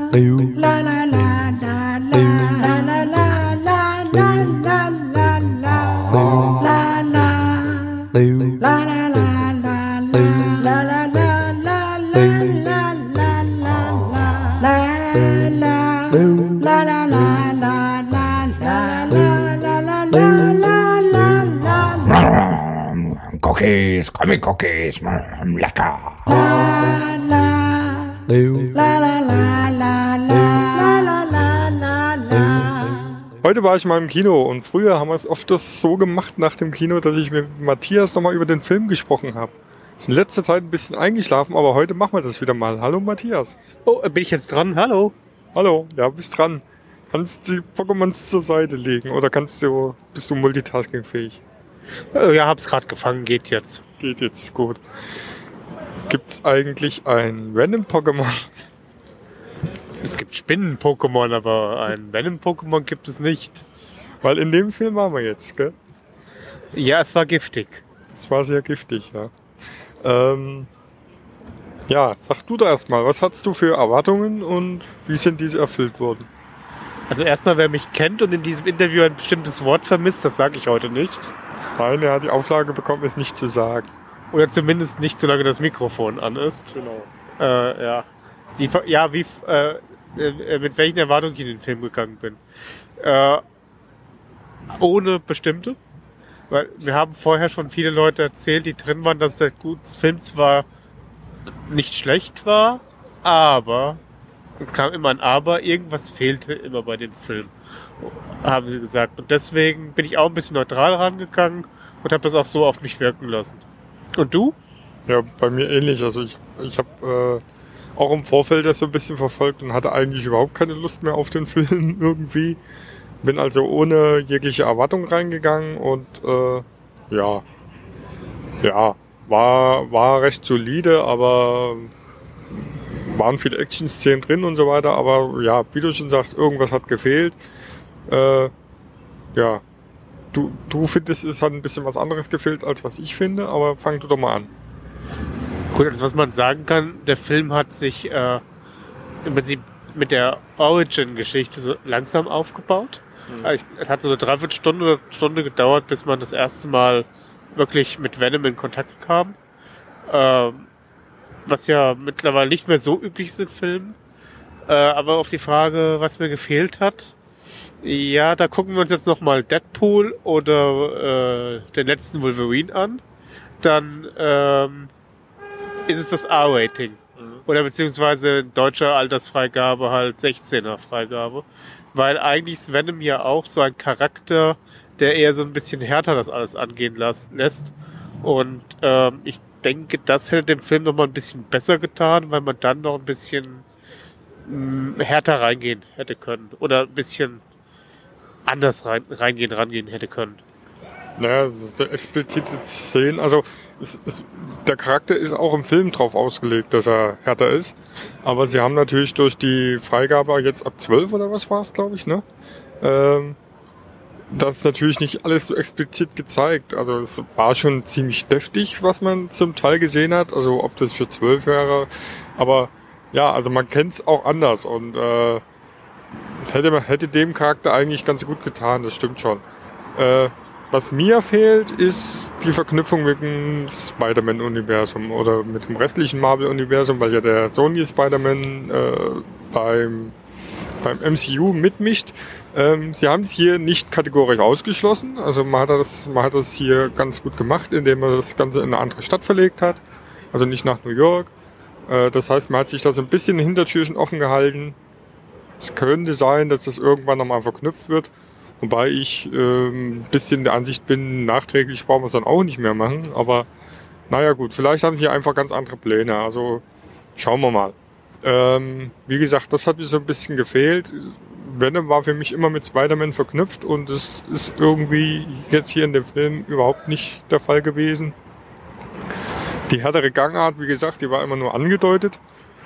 Cookies, Comic-Cookies, lecker. Heute war ich mal im Kino und früher haben wir es oft so gemacht nach dem Kino, dass ich mit Matthias nochmal über den Film gesprochen habe. Ist in letzter Zeit ein bisschen eingeschlafen, aber heute machen wir das wieder mal. Hallo Matthias. Oh, bin ich jetzt dran? Hallo. Hallo, ja, bist dran. Kannst die Pokémons zur Seite legen oder bist du multitaskingfähig? Ja, hab's gerade gefangen, geht jetzt. Geht jetzt, gut. Gibt's eigentlich ein Venom-Pokémon? Es gibt Spinnen-Pokémon, aber ein Venom-Pokémon gibt es nicht. Weil in dem Film waren wir jetzt, gell? Ja, es war giftig. Es war sehr giftig, ja. Ja, sag du da erstmal, was hattest du für Erwartungen und wie sind diese erfüllt worden? Also erstmal, wer mich kennt und in diesem Interview ein bestimmtes Wort vermisst, das sage ich heute nicht. Nein, er hat die Auflage bekommen, es nicht zu sagen. Oder zumindest nicht, solange das Mikrofon an ist. Genau. Ja. Mit welchen Erwartungen ich in den Film gegangen bin. Ohne bestimmte. Weil wir haben vorher schon viele Leute erzählt, die drin waren, dass der Film zwar nicht schlecht war, aber, es kam immer ein Aber, irgendwas fehlte immer bei dem Film, haben sie gesagt. Und deswegen bin ich auch ein bisschen neutral rangegangen und habe das auch so auf mich wirken lassen. Und du? Ja, bei mir ähnlich. Also ich habe auch im Vorfeld das so ein bisschen verfolgt und hatte eigentlich überhaupt keine Lust mehr auf den Film irgendwie. Bin also ohne jegliche Erwartung reingegangen und war recht solide, aber waren viele Action-Szenen drin und so weiter. Aber ja, wie du schon sagst, irgendwas hat gefehlt. Ja, du findest, es hat ein bisschen was anderes gefehlt, als was ich finde, aber fang du doch mal an. Gut, also was man sagen kann, der Film hat sich im Prinzip mit der Origin-Geschichte so langsam aufgebaut. Es hat so eine Dreiviertelstunde oder Stunde gedauert, bis man das erste Mal wirklich mit Venom in Kontakt kam. Was ja mittlerweile nicht mehr so üblich ist in Filmen. Aber auf die Frage, was mir gefehlt hat, ja, da gucken wir uns jetzt nochmal Deadpool oder den letzten Wolverine an. Dann ist es das R-Rating. Oder beziehungsweise in deutscher Altersfreigabe halt 16er Freigabe. Weil eigentlich ist Venom ja auch so ein Charakter, der eher so ein bisschen härter das alles angehen lässt. Und ich denke, das hätte dem Film nochmal ein bisschen besser getan, weil man dann noch ein bisschen härter reingehen hätte können. Oder ein bisschen anders rangehen hätte können. Naja, das ist der explizite Szenen. Also der Charakter ist auch im Film drauf ausgelegt, dass er härter ist. Aber sie haben natürlich durch die Freigabe jetzt ab 12 oder was war es, glaube ich, ne? Das natürlich nicht alles so explizit gezeigt. Also es war schon ziemlich deftig, was man zum Teil gesehen hat. Also ob das für 12 wäre. Aber ja, also man kennt es auch anders. Und hätte dem Charakter eigentlich ganz gut getan, das stimmt schon. Was mir fehlt, ist die Verknüpfung mit dem Spider-Man-Universum oder mit dem restlichen Marvel-Universum, weil ja der Sony Spider-Man beim MCU mitmischt. Sie haben es hier nicht kategorisch ausgeschlossen. Also man hat das hier ganz gut gemacht, indem man das Ganze in eine andere Stadt verlegt hat. Also nicht nach New York. Das heißt, man hat sich da so ein bisschen Hintertürchen offen gehalten. Es könnte sein, dass das irgendwann nochmal verknüpft wird. Wobei ich ein bisschen der Ansicht bin, nachträglich brauchen wir es dann auch nicht mehr machen. Aber naja gut, vielleicht haben sie hier einfach ganz andere Pläne. Also schauen wir mal. Wie gesagt, das hat mir so ein bisschen gefehlt. Venom war für mich immer mit Spider-Man verknüpft und es ist irgendwie jetzt hier in dem Film überhaupt nicht der Fall gewesen. Die härtere Gangart, wie gesagt, die war immer nur angedeutet.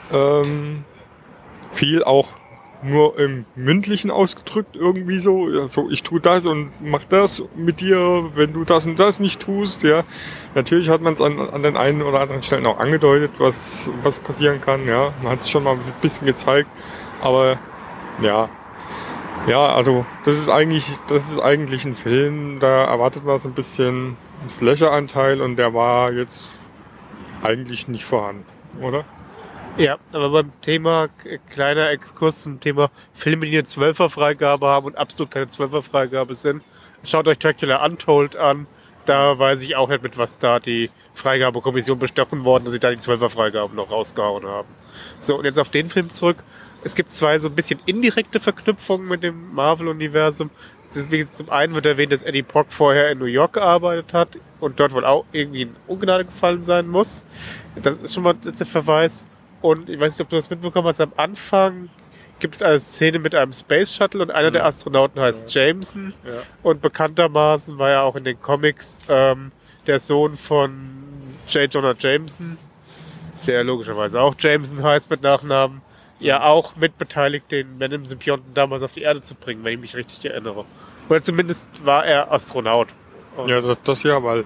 Viel auch nur im Mündlichen ausgedrückt irgendwie so. Also ich tue das und mach das mit dir, wenn du das und das nicht tust. Ja, natürlich hat man es an den einen oder anderen Stellen auch angedeutet, was passieren kann. Ja, man hat es schon mal ein bisschen gezeigt, Aber ja. Ja, also das ist eigentlich ein Film, da erwartet man so ein bisschen Slasher-Anteil und der war jetzt eigentlich nicht vorhanden, oder? Ja, aber beim Thema, kleiner Exkurs zum Thema Filme, die eine 12er-Freigabe haben und absolut keine 12er-Freigabe sind. Schaut euch Dracula Untold an. Da weiß ich auch nicht, mit was da die Freigabekommission bestochen worden, dass sie da die 12er-Freigaben noch rausgehauen haben. So, und jetzt auf den Film zurück. Es gibt zwei so ein bisschen indirekte Verknüpfungen mit dem Marvel-Universum. Zum einen wird erwähnt, dass Eddie Brock vorher in New York gearbeitet hat und dort wohl auch irgendwie in Ungnade gefallen sein muss. Das ist schon mal der Verweis. Und ich weiß nicht, ob du das mitbekommen hast, am Anfang gibt es eine Szene mit einem Space Shuttle und einer der Astronauten heißt Jameson. Ja. Und bekanntermaßen war ja auch in den Comics der Sohn von J. Jonah Jameson, der logischerweise auch Jameson heißt mit Nachnamen, ja auch mitbeteiligt, den Venom-Symbionten damals auf die Erde zu bringen, wenn ich mich richtig erinnere. Oder zumindest war er Astronaut. Und Ja, das ja, weil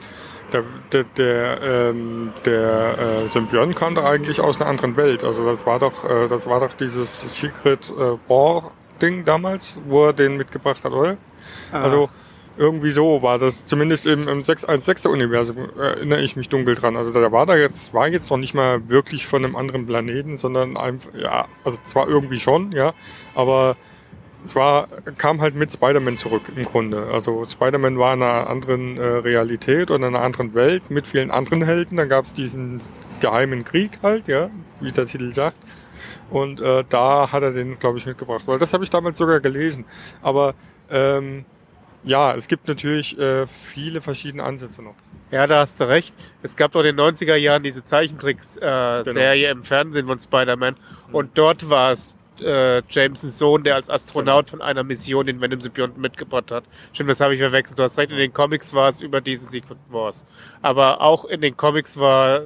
der Symbiont kam doch eigentlich aus einer anderen Welt. Also das war doch dieses Secret War Ding damals, wo er den mitgebracht hat, oder? Also irgendwie so war das, zumindest im 616 Universum erinnere ich mich dunkel dran. Also war jetzt noch nicht mal wirklich von einem anderen Planeten, sondern einfach, ja, also zwar irgendwie schon, ja, aber kam halt mit Spider-Man zurück im Grunde. Also Spider-Man war in einer anderen Realität und in einer anderen Welt mit vielen anderen Helden. Dann gab es diesen geheimen Krieg halt, ja, wie der Titel sagt. Und da hat er den, glaube ich, mitgebracht. Weil das habe ich damals sogar gelesen. Aber ja, es gibt natürlich viele verschiedene Ansätze noch. ja, da hast du recht. Es gab doch in den 90er Jahren diese Zeichentricks-Serie im Fernsehen von Spider-Man. Und dort war es Jamesons Sohn, der als Astronaut von einer Mission den Venom-Symbionten mitgebracht hat. Stimmt, das habe ich verwechselt. Du hast recht, in den Comics war es über diesen Secret Wars. Aber auch in den Comics war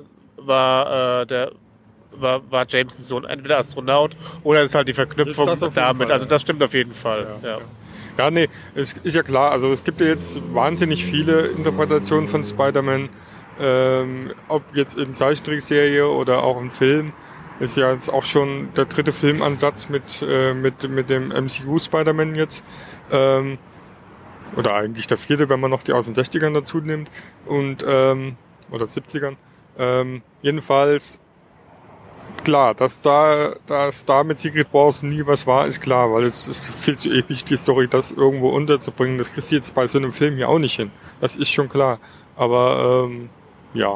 Jamesons Sohn entweder Astronaut oder ist halt die Verknüpfung Das auf jeden damit. Fall, Also ja. das stimmt auf jeden Fall. Ja. Ja, nee, es ist ja klar, also es gibt ja jetzt wahnsinnig viele Interpretationen von Spider-Man, ob jetzt in Zeichentrickserie oder auch im Film. Ist ja jetzt auch schon der dritte Filmansatz mit dem MCU Spider-Man jetzt. Oder eigentlich der vierte, wenn man noch die aus den 60ern dazu nimmt. Und, oder 70ern. Jedenfalls, klar, dass da mit Secret Wars nie was war, ist klar, weil es ist viel zu episch, die Story, das irgendwo unterzubringen. Das kriegst du jetzt bei so einem Film hier auch nicht hin. Das ist schon klar. Aber, ja,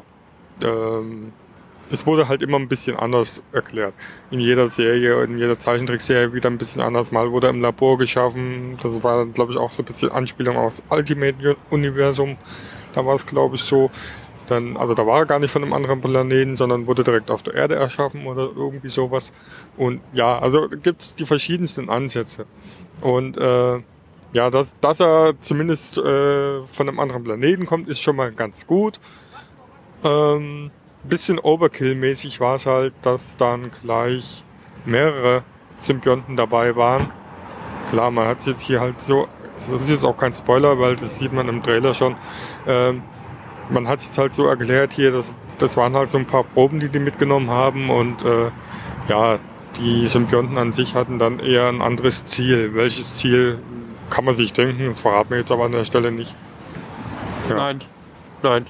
es wurde halt immer ein bisschen anders erklärt. In jeder Serie, in jeder Zeichentrickserie wieder ein bisschen anders. Mal wurde im Labor geschaffen. Das war, glaube ich, auch so ein bisschen Anspielung aufs Ultimate-Universum. Da war es, glaube ich, so. Also da war er gar nicht von einem anderen Planeten, sondern wurde direkt auf der Erde erschaffen oder irgendwie sowas. Und ja, also gibt's die verschiedensten Ansätze. Und ja, dass er zumindest von einem anderen Planeten kommt, ist schon mal ganz gut. Bisschen Overkill-mäßig war es halt, dass dann gleich mehrere Symbionten dabei waren. Klar, man hat es jetzt hier halt so, das ist jetzt auch kein Spoiler, weil das sieht man im Trailer schon. Man hat es jetzt halt so erklärt hier, das waren halt so ein paar Proben, die mitgenommen haben und ja, die Symbionten an sich hatten dann eher ein anderes Ziel. Welches Ziel kann man sich denken, das verraten wir jetzt aber an der Stelle nicht. Ja. Nein.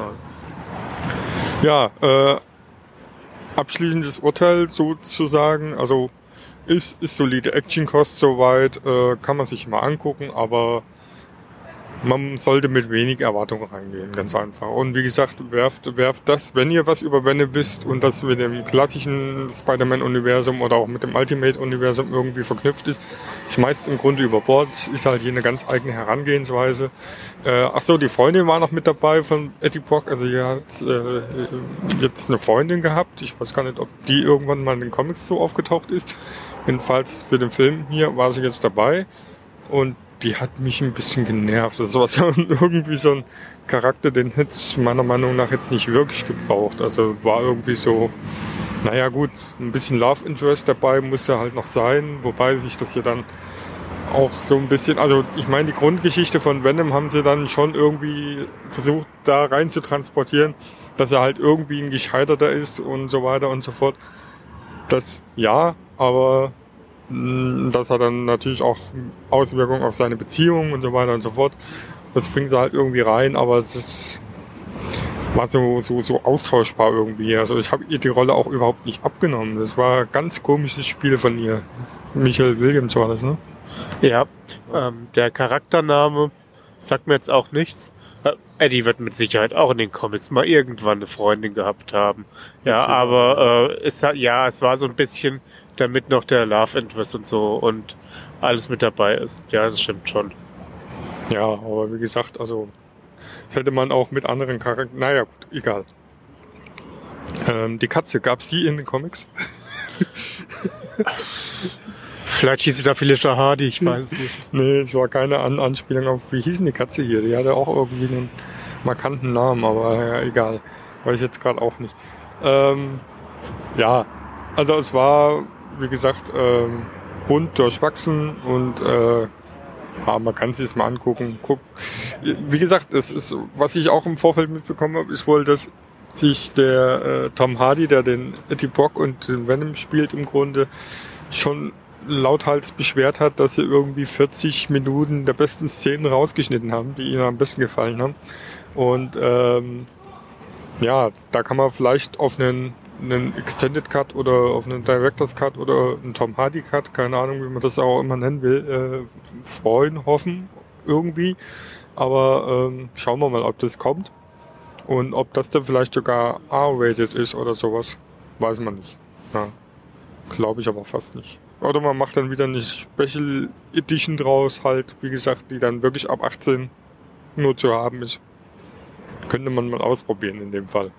Ja, abschließendes Urteil sozusagen, also ist solide Action-Kost soweit, kann man sich mal angucken, aber man sollte mit wenig Erwartungen reingehen, ganz einfach. Und wie gesagt, werft das, wenn ihr was über Venom wisst und das mit dem klassischen Spider-Man-Universum oder auch mit dem Ultimate-Universum irgendwie verknüpft ist, schmeißt im Grunde über Bord. Es ist halt hier eine ganz eigene Herangehensweise. Ach so, die Freundin war noch mit dabei von Eddie Brock. Also hier hat jetzt eine Freundin gehabt. Ich weiß gar nicht, ob die irgendwann mal in den Comics so aufgetaucht ist. Jedenfalls für den Film hier war sie jetzt dabei. Und die hat mich ein bisschen genervt. Das war so irgendwie so ein Charakter, den hätte es meiner Meinung nach jetzt nicht wirklich gebraucht. Also war irgendwie so, naja gut, ein bisschen Love Interest dabei musste halt noch sein, wobei sich das ja dann auch so ein bisschen, also ich meine, die Grundgeschichte von Venom haben sie dann schon irgendwie versucht da rein zu transportieren, dass er halt irgendwie ein Gescheiterter ist und so weiter und so fort. Das ja, aber Das hat dann natürlich auch Auswirkungen auf seine Beziehung und so weiter und so fort. Das bringen sie halt irgendwie rein, aber war so austauschbar irgendwie. Also ich habe ihr die Rolle auch überhaupt nicht abgenommen. Das war ein ganz komisches Spiel von ihr. Michelle Williams war das, ne? Ja, der Charaktername sagt mir jetzt auch nichts. Eddie wird mit Sicherheit auch in den Comics mal irgendwann eine Freundin gehabt haben. Ja, aber es war so ein bisschen, damit noch der Love Interest und so und alles mit dabei ist. Ja, das stimmt schon. Ja, aber wie gesagt, also das hätte man auch mit anderen Charakteren. Naja, gut, egal. Die Katze, gab's die in den Comics? Vielleicht hieß sie da Felicia Hardy, ich weiß es nicht. Nee, es war keine Anspielung auf, wie hieß denn die Katze hier? Die hatte auch irgendwie einen markanten Namen, aber ja, egal. Weiß ich jetzt gerade auch nicht. Ja, also es war, wie gesagt, bunt durchwachsen und ja, man kann sich das mal angucken. Wie gesagt, es ist, was ich auch im Vorfeld mitbekommen habe, ist wohl, dass sich der Tom Hardy, der den Eddie Brock und den Venom spielt im Grunde, schon lauthals beschwert hat, dass sie irgendwie 40 Minuten der besten Szenen rausgeschnitten haben, die ihnen am besten gefallen haben. Und ja, da kann man vielleicht auf einen Extended Cut oder auf einen Director's Cut oder einen Tom Hardy Cut, keine Ahnung, wie man das auch immer nennen will, freuen, hoffen, irgendwie. Aber schauen wir mal, ob das kommt. Und ob das dann vielleicht sogar R-rated ist oder sowas, weiß man nicht. Ja, glaube ich aber fast nicht. Oder man macht dann wieder eine Special Edition draus, halt, wie gesagt, die dann wirklich ab 18 nur zu haben ist. Könnte man mal ausprobieren in dem Fall.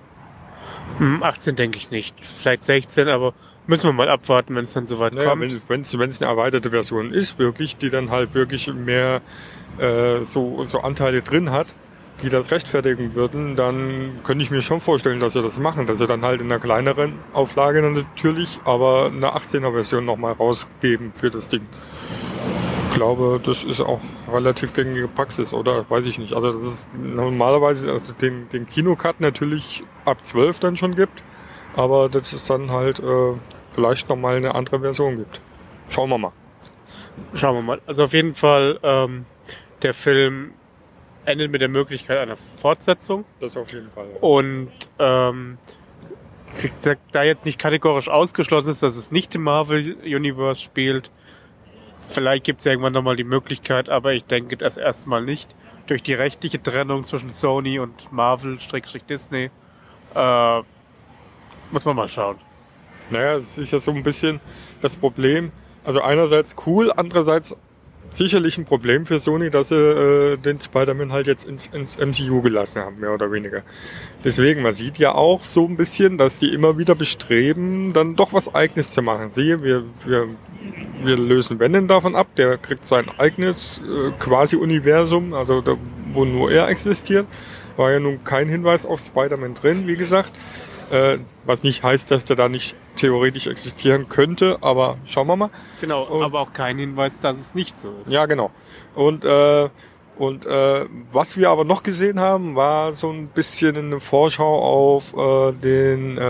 18 denke ich nicht. Vielleicht 16, aber müssen wir mal abwarten, wenn es dann soweit kommt. Wenn es eine erweiterte Version ist, wirklich, die dann halt wirklich mehr so Anteile drin hat, die das rechtfertigen würden, dann könnte ich mir schon vorstellen, dass sie das machen, dass sie dann halt in einer kleineren Auflage dann natürlich, aber eine 18er Version nochmal rausgeben für das Ding. Ich glaube, das ist auch relativ gängige Praxis, oder? Weiß ich nicht. Also das ist normalerweise, also den Kinocut natürlich ab 12 dann schon gibt, aber dass es dann halt vielleicht nochmal eine andere Version gibt. Schauen wir mal. Schauen wir mal. Also auf jeden Fall, der Film endet mit der Möglichkeit einer Fortsetzung. Das auf jeden Fall. Ja. Und da jetzt nicht kategorisch ausgeschlossen ist, dass es nicht im Marvel Universe spielt, vielleicht gibt es irgendwann nochmal die Möglichkeit, aber ich denke das erstmal nicht. Durch die rechtliche Trennung zwischen Sony und Marvel-Disney muss man mal schauen. Naja, es ist ja so ein bisschen das Problem. Also einerseits cool, andererseits sicherlich ein Problem für Sony, dass sie den Spider-Man halt jetzt ins MCU gelassen haben, mehr oder weniger. Deswegen, man sieht ja auch so ein bisschen, dass die immer wieder bestreben, dann doch was Eigenes zu machen. Siehe, wir lösen Venom davon ab, der kriegt sein eigenes quasi Universum, also da, wo nur er existiert. War ja nun kein Hinweis auf Spider-Man drin, wie gesagt. Was nicht heißt, dass der da nicht theoretisch existieren könnte, aber schauen wir mal. Genau, aber auch kein Hinweis, dass es nicht so ist. Ja, genau. Und was wir aber noch gesehen haben, war so ein bisschen eine Vorschau auf den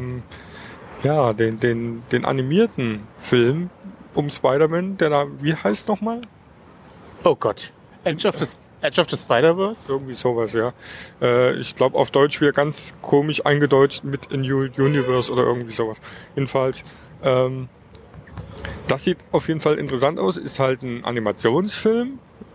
animierten Film um Spider-Man, der da, wie heißt nochmal? Oh Gott. Edge of the Spider-Verse? Irgendwie sowas, ja. Ich glaube auf Deutsch wieder ganz komisch eingedeutscht mit A New Universe oder irgendwie sowas. Jedenfalls, das sieht auf jeden Fall interessant aus. Ist halt ein Animationsfilm.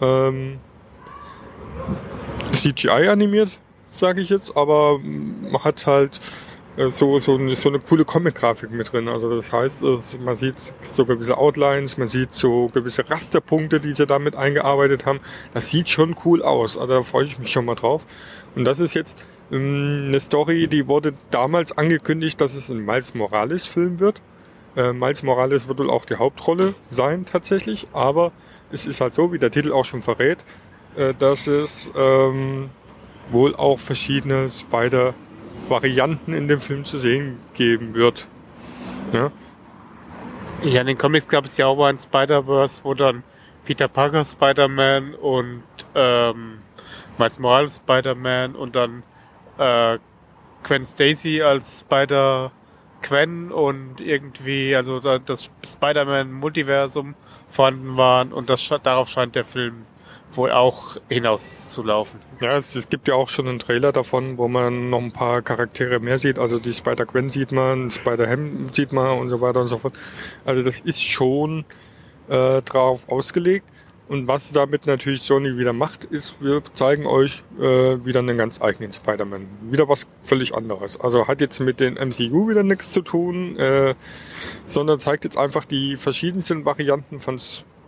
CGI animiert, sage ich jetzt, aber man hat halt so eine coole Comic-Grafik mit drin. Also das heißt, man sieht so gewisse Outlines, man sieht so gewisse Rasterpunkte, die sie damit eingearbeitet haben. Das sieht schon cool aus. Also da freue ich mich schon mal drauf. Und das ist jetzt eine Story, die wurde damals angekündigt, dass es ein Miles Morales-Film wird. Miles Morales wird wohl auch die Hauptrolle sein tatsächlich, aber es ist halt so, wie der Titel auch schon verrät, dass es wohl auch verschiedene Spider-Varianten in dem Film zu sehen geben wird. Ja, ja, in den Comics gab es ja auch mal ein Spider-Verse, wo dann Peter Parker Spider-Man und Miles Morales Spider-Man und dann Gwen Stacy als Gwen und irgendwie, also das Spider-Man-Multiversum vorhanden waren und darauf scheint der Film wohl auch hinauszulaufen. Ja, es gibt ja auch schon einen Trailer davon, wo man noch ein paar Charaktere mehr sieht. Also die Spider-Gwen sieht man, Spider-Ham sieht man und so weiter und so fort. Also das ist schon drauf ausgelegt. Und was damit natürlich Sony wieder macht, ist, wir zeigen euch wieder einen ganz eigenen Spider-Man. Wieder was völlig anderes. Also hat jetzt mit den MCU wieder nichts zu tun, sondern zeigt jetzt einfach die verschiedensten Varianten von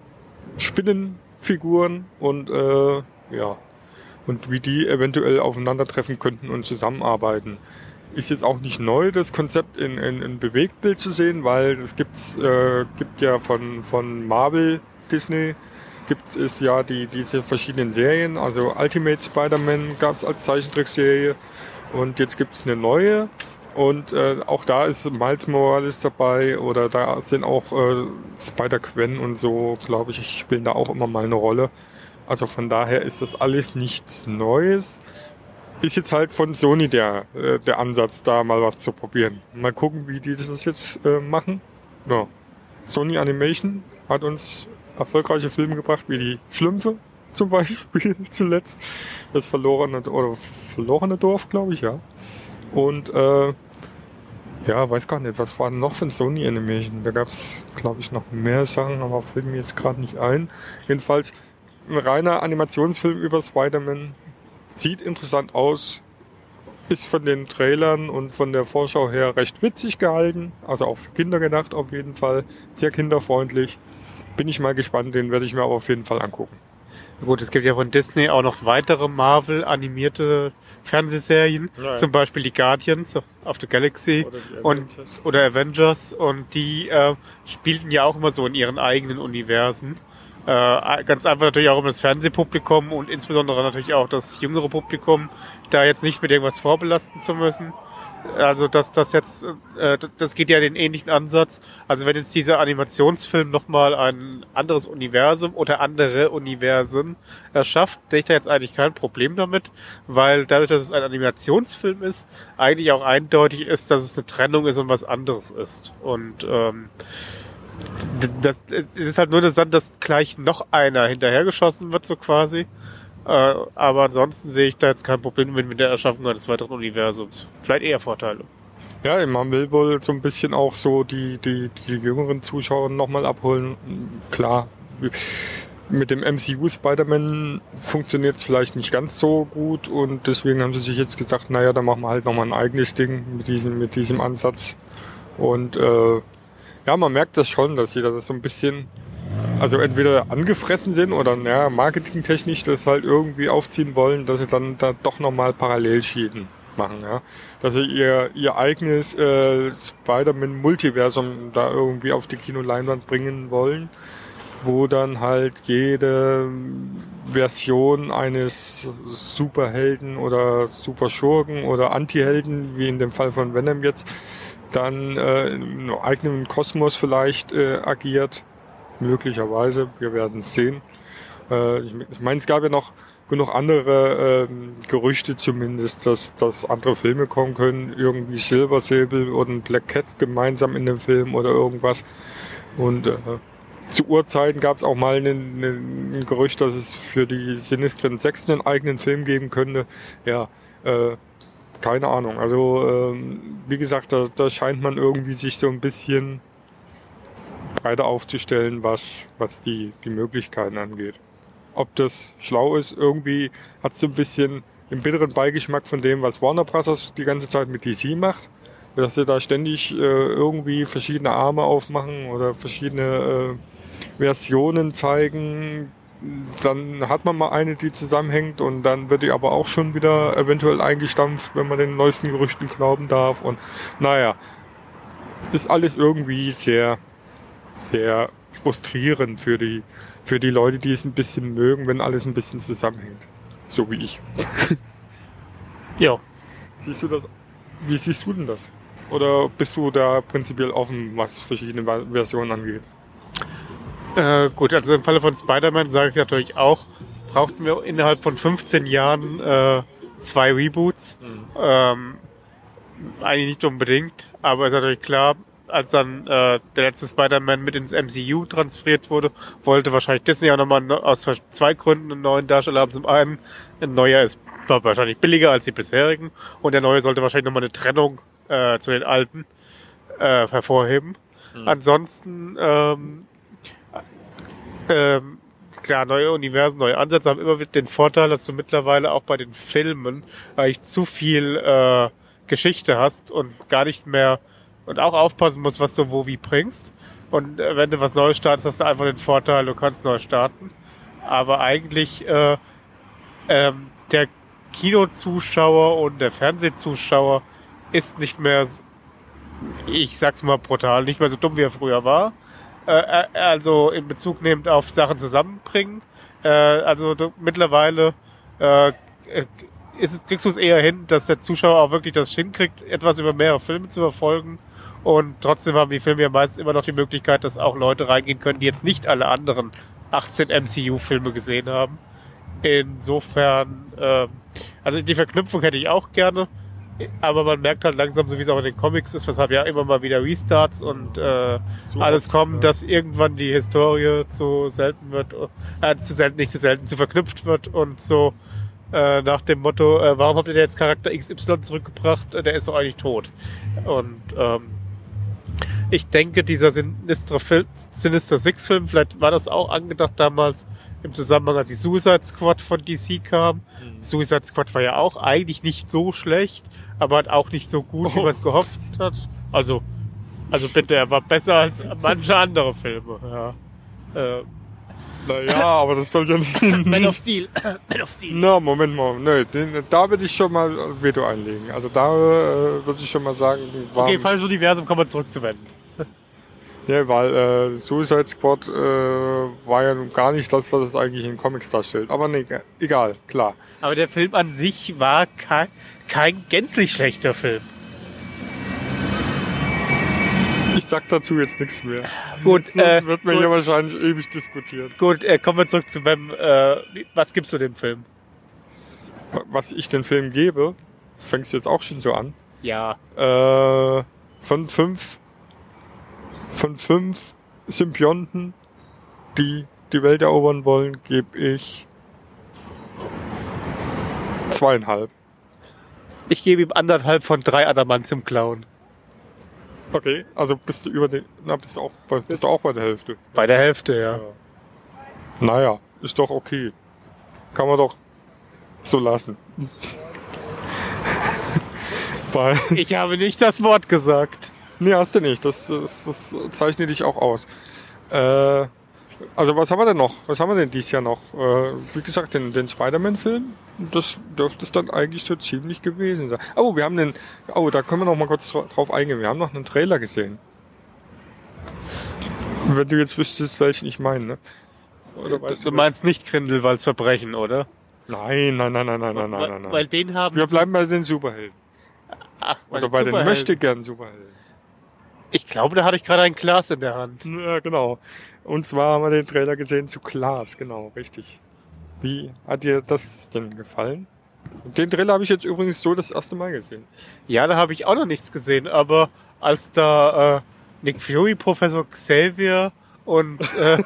Spinnenfiguren und und wie die eventuell aufeinandertreffen könnten und zusammenarbeiten. Ist jetzt auch nicht neu, das Konzept in Bewegtbild zu sehen, weil es gibt ja von Marvel, Disney, gibt es ja diese verschiedenen Serien. Also Ultimate Spider-Man gab es als Zeichentrickserie und jetzt gibt es eine neue. Und auch da ist Miles Morales dabei oder da sind auch Spider-Gwen und so, glaube ich, spielen da auch immer mal eine Rolle. Also von daher ist das alles nichts Neues. Ist jetzt halt von Sony der Ansatz, da mal was zu probieren. Mal gucken, wie die das jetzt machen. Ja. Sony Animation hat uns erfolgreiche Filme gebracht, wie die Schlümpfe zum Beispiel zuletzt. Das verlorene Dorf, glaube ich, ja. Und weiß gar nicht, was war noch von Sony Animation? Da gab es, glaube ich, noch mehr Sachen, aber fällt mir jetzt gerade nicht ein. Jedenfalls ein reiner Animationsfilm über Spider-Man. Sieht interessant aus. Ist von den Trailern und von der Vorschau her recht witzig gehalten. Also auch für Kinder gedacht auf jeden Fall. Sehr kinderfreundlich. Bin ich mal gespannt, den werde ich mir aber auf jeden Fall angucken. Gut, es gibt ja von Disney auch noch weitere Marvel-animierte Fernsehserien, Ja. zum Beispiel die Guardians of the Galaxy oder Avengers und die spielten ja auch immer so in ihren eigenen Universen. Ganz einfach natürlich auch um das Fernsehpublikum und insbesondere natürlich auch das jüngere Publikum, da jetzt nicht mit irgendwas vorbelasten zu müssen. Also das geht ja den ähnlichen Ansatz. Also wenn jetzt dieser Animationsfilm nochmal ein anderes Universum oder andere Universen erschafft, sehe ich da jetzt eigentlich kein Problem damit, weil dadurch, dass es ein Animationsfilm ist, eigentlich auch eindeutig ist, dass es eine Trennung ist und was anderes ist. Und es ist halt nur interessant, dass gleich noch einer hinterhergeschossen wird, so quasi. Aber ansonsten sehe ich da jetzt kein Problem mit der Erschaffung eines weiteren Universums. Vielleicht eher Vorteile. Ja, man will wohl so ein bisschen auch so die jüngeren Zuschauer nochmal abholen. Klar, mit dem MCU Spider-Man funktioniert es vielleicht nicht ganz so gut und deswegen haben sie sich jetzt gesagt, naja, dann machen wir halt nochmal ein eigenes Ding mit diesem Ansatz. Und man merkt das schon, dass jeder das so ein bisschen, also entweder angefressen sind oder marketingtechnisch das halt irgendwie aufziehen wollen, dass sie dann da doch nochmal Parallelschienen machen, ja. Dass sie ihr eigenes Spider-Man-Multiversum da irgendwie auf die Kinoleinwand bringen wollen, wo dann halt jede Version eines Superhelden oder Superschurken oder Antihelden, wie in dem Fall von Venom jetzt, dann in einem eigenen Kosmos vielleicht agiert. Möglicherweise, wir werden es sehen. Ich meine, es gab ja noch genug andere Gerüchte zumindest, dass andere Filme kommen können. Irgendwie Silver Sable und Black Cat gemeinsam in dem Film oder irgendwas. Und zu Urzeiten gab es auch mal ein Gerücht, dass es für die Sinistren 6 einen eigenen Film geben könnte. Ja, keine Ahnung. Also, wie gesagt, da scheint man irgendwie sich so ein bisschen breiter aufzustellen, was die Möglichkeiten angeht. Ob das schlau ist, irgendwie hat es so ein bisschen den bitteren Beigeschmack von dem, was Warner Bros. Die ganze Zeit mit DC macht. Dass sie da ständig irgendwie verschiedene Arme aufmachen oder verschiedene Versionen zeigen. Dann hat man mal eine, die zusammenhängt und dann wird die aber auch schon wieder eventuell eingestampft, wenn man den neuesten Gerüchten glauben darf. Und naja, ist alles irgendwie sehr, sehr frustrierend für die Leute, die es ein bisschen mögen, wenn alles ein bisschen zusammenhängt. So wie ich. Ja. Wie siehst du denn das? Oder bist du da prinzipiell offen, was verschiedene Versionen angeht? Gut, also im Falle von Spider-Man sage ich natürlich auch, brauchten wir innerhalb von 15 Jahren 2 Reboots. Eigentlich nicht unbedingt, aber ist natürlich klar, als dann der letzte Spider-Man mit ins MCU transferiert wurde, wollte wahrscheinlich Disney auch nochmal aus zwei Gründen einen neuen Darsteller haben. Zum einen, ein neuer ist wahrscheinlich billiger als die bisherigen und der neue sollte wahrscheinlich nochmal eine Trennung zu den alten hervorheben. Ansonsten klar, neue Universen, neue Ansätze haben immer den Vorteil, dass du mittlerweile auch bei den Filmen eigentlich zu viel Geschichte hast und gar nicht mehr und auch aufpassen musst, was du wo wie bringst. Und wenn du was Neues startest, hast du einfach den Vorteil, du kannst neu starten. Aber eigentlich der Kinozuschauer und der Fernsehzuschauer ist nicht mehr, ich sag's mal brutal, nicht mehr so dumm, wie er früher war. Also in Bezug nehmend auf Sachen zusammenbringen. Mittlerweile kriegst du es eher hin, dass der Zuschauer auch wirklich das hinkriegt, etwas über mehrere Filme zu verfolgen. Und trotzdem haben die Filme ja meistens immer noch die Möglichkeit, dass auch Leute reingehen können, die jetzt nicht alle anderen 18 MCU-Filme gesehen haben. Insofern, also die Verknüpfung hätte ich auch gerne. Aber man merkt halt langsam, so wie es auch in den Comics ist, weshalb ja immer mal wieder Restarts und alles kommt, dass irgendwann die Historie zu selten wird, nicht zu selten, zu verknüpft wird und so nach dem Motto, warum habt ihr denn jetzt Charakter XY zurückgebracht? Der ist doch eigentlich tot. Und ich denke, dieser Sinister Six Film, vielleicht war das auch angedacht damals im Zusammenhang, als die Suicide Squad von DC kam. Suicide Squad war ja auch eigentlich nicht so schlecht, aber halt auch nicht so gut, wie man es gehofft hat. Also bitte, er war besser als manche andere Filme. Ja. Naja, aber das soll ja nicht... Man of Steel. Man of Steel. Na, Moment mal. Nö, da würde ich schon mal Veto einlegen. Also da würde ich schon mal sagen... Okay, falsches Universum, kommen wir zurückzuwenden. Ja, weil Suicide Squad war ja nun gar nicht das, was es eigentlich in Comics darstellt. Aber nee, egal, klar. Aber der Film an sich war kein gänzlich schlechter Film. Ich sag dazu jetzt nichts mehr. Gut, Sonst wird man hier wahrscheinlich ewig diskutieren. Gut, kommen wir zurück zu Wem. Was gibst du dem Film? Was ich dem Film gebe, fängst du jetzt auch schon so an. Ja. Von fünf Symbionten, die die Welt erobern wollen, gebe ich 2,5. Ich gebe ihm 1,5 von 3 Adamant zum Klauen. Okay, also bist du bist du auch bei der Hälfte. Bei der Hälfte, ja. Naja, ist doch okay. Kann man doch so lassen. Weil, Ich habe nicht das Wort gesagt. nee, hast du nicht. Das zeichnet dich auch aus. Also was haben wir denn noch? Was haben wir denn dieses Jahr noch? Wie gesagt, den Spider-Man-Film. Das dürfte es dann eigentlich so ziemlich gewesen sein. Oh, da können wir noch mal kurz drauf eingehen. Wir haben noch einen Trailer gesehen. Wenn du jetzt wüsstest, welchen ich meine, ne? Oder weißt Du meinst nicht Grindelwalds Verbrechen, oder? Nein. Weil den haben... Wir bleiben bei den Superhelden. Ach, Oder bei den möchtegern Superhelden. Ich glaube, da hatte ich gerade ein Glas in der Hand. Ja, genau. Und zwar haben wir den Trailer gesehen zu Klaas, genau, richtig. Wie hat dir das denn gefallen? Den Trailer habe ich jetzt übrigens so das erste Mal gesehen. Ja, da habe ich auch noch nichts gesehen, aber als da Nick Fury, Professor Xavier und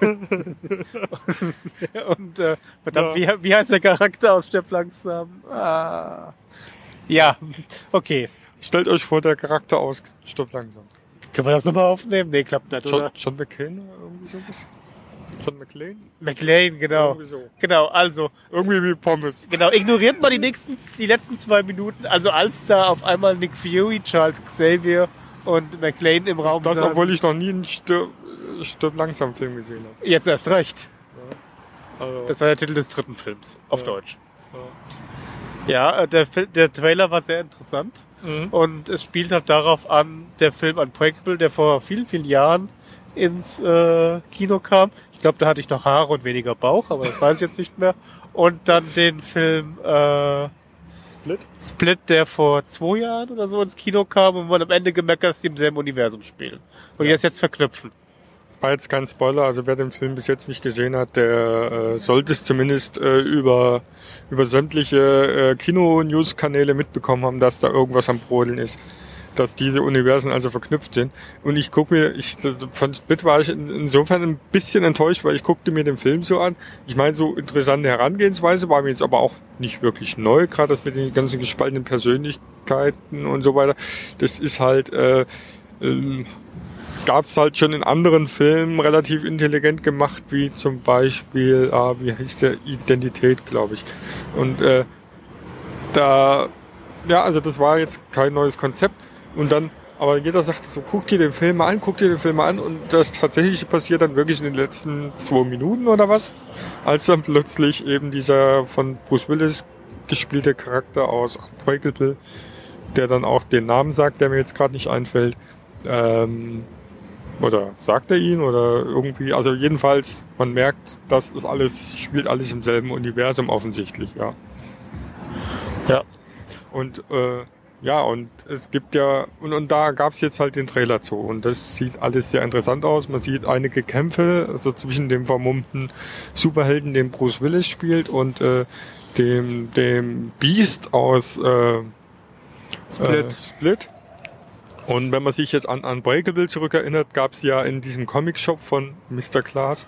verdammt, wie heißt der Charakter aus Stirb langsam? Ja, okay. Stellt euch vor, der Charakter aus Stopp langsam. Können wir das nochmal aufnehmen? Nee, klappt nicht, oder? John McClane oder irgendwie sowas? John McClane? McClane, genau. Irgendwie so. Genau, also. Irgendwie wie Pommes. Genau, ignoriert mal die letzten 2 Minuten. Also als da auf einmal Nick Fury, Charles Xavier und McClane im Raum Das, saßen. obwohl ich noch nie einen Stirb langsam Film gesehen habe. Jetzt erst recht. Also, Das war der Titel des 3. Films, auf Deutsch. Ja, der Trailer war sehr interessant. Und es spielt halt darauf an, der Film Unbreakable, der vor vielen, vielen Jahren ins Kino kam. Ich glaube, da hatte ich noch Haare und weniger Bauch, aber das weiß ich jetzt nicht mehr. Und dann den Film Split, der vor 2 Jahren oder so ins Kino kam und man am Ende gemerkt hat, dass die im selben Universum spielen. Und die das jetzt verknüpfen. war jetzt kein Spoiler, also wer den Film bis jetzt nicht gesehen hat, der sollte es zumindest über sämtliche Kino-News-Kanäle mitbekommen haben, dass da irgendwas am Brodeln ist. Dass diese Universen also verknüpft sind. Und von Split war ich insofern ein bisschen enttäuscht, weil ich guckte mir den Film so an. Ich meine, so interessante Herangehensweise war mir jetzt aber auch nicht wirklich neu, gerade das mit den ganzen gespaltenen Persönlichkeiten und so weiter. Das ist halt, gab es halt schon in anderen Filmen relativ intelligent gemacht, wie zum Beispiel, wie hieß der, Identität, glaube ich. Und also das war jetzt kein neues Konzept. Und dann, aber jeder sagt so, guck dir den Film mal an. Und das tatsächlich passiert dann wirklich in den letzten 2 Minuten oder was. Als dann plötzlich eben dieser von Bruce Willis gespielte Charakter aus Unbreakable, der dann auch den Namen sagt, der mir jetzt gerade nicht einfällt, oder sagt er ihn oder irgendwie, also jedenfalls, man merkt, spielt alles im selben Universum offensichtlich, ja. Ja. Und und es gibt ja, und da gab es jetzt halt den Trailer zu und das sieht alles sehr interessant aus. Man sieht einige Kämpfe, also zwischen dem vermummten Superhelden, den Bruce Willis spielt, und dem Beast aus Split. Und wenn man sich jetzt an Unbreakable zurückerinnert, gab es ja in diesem Comic-Shop von Mr. Glass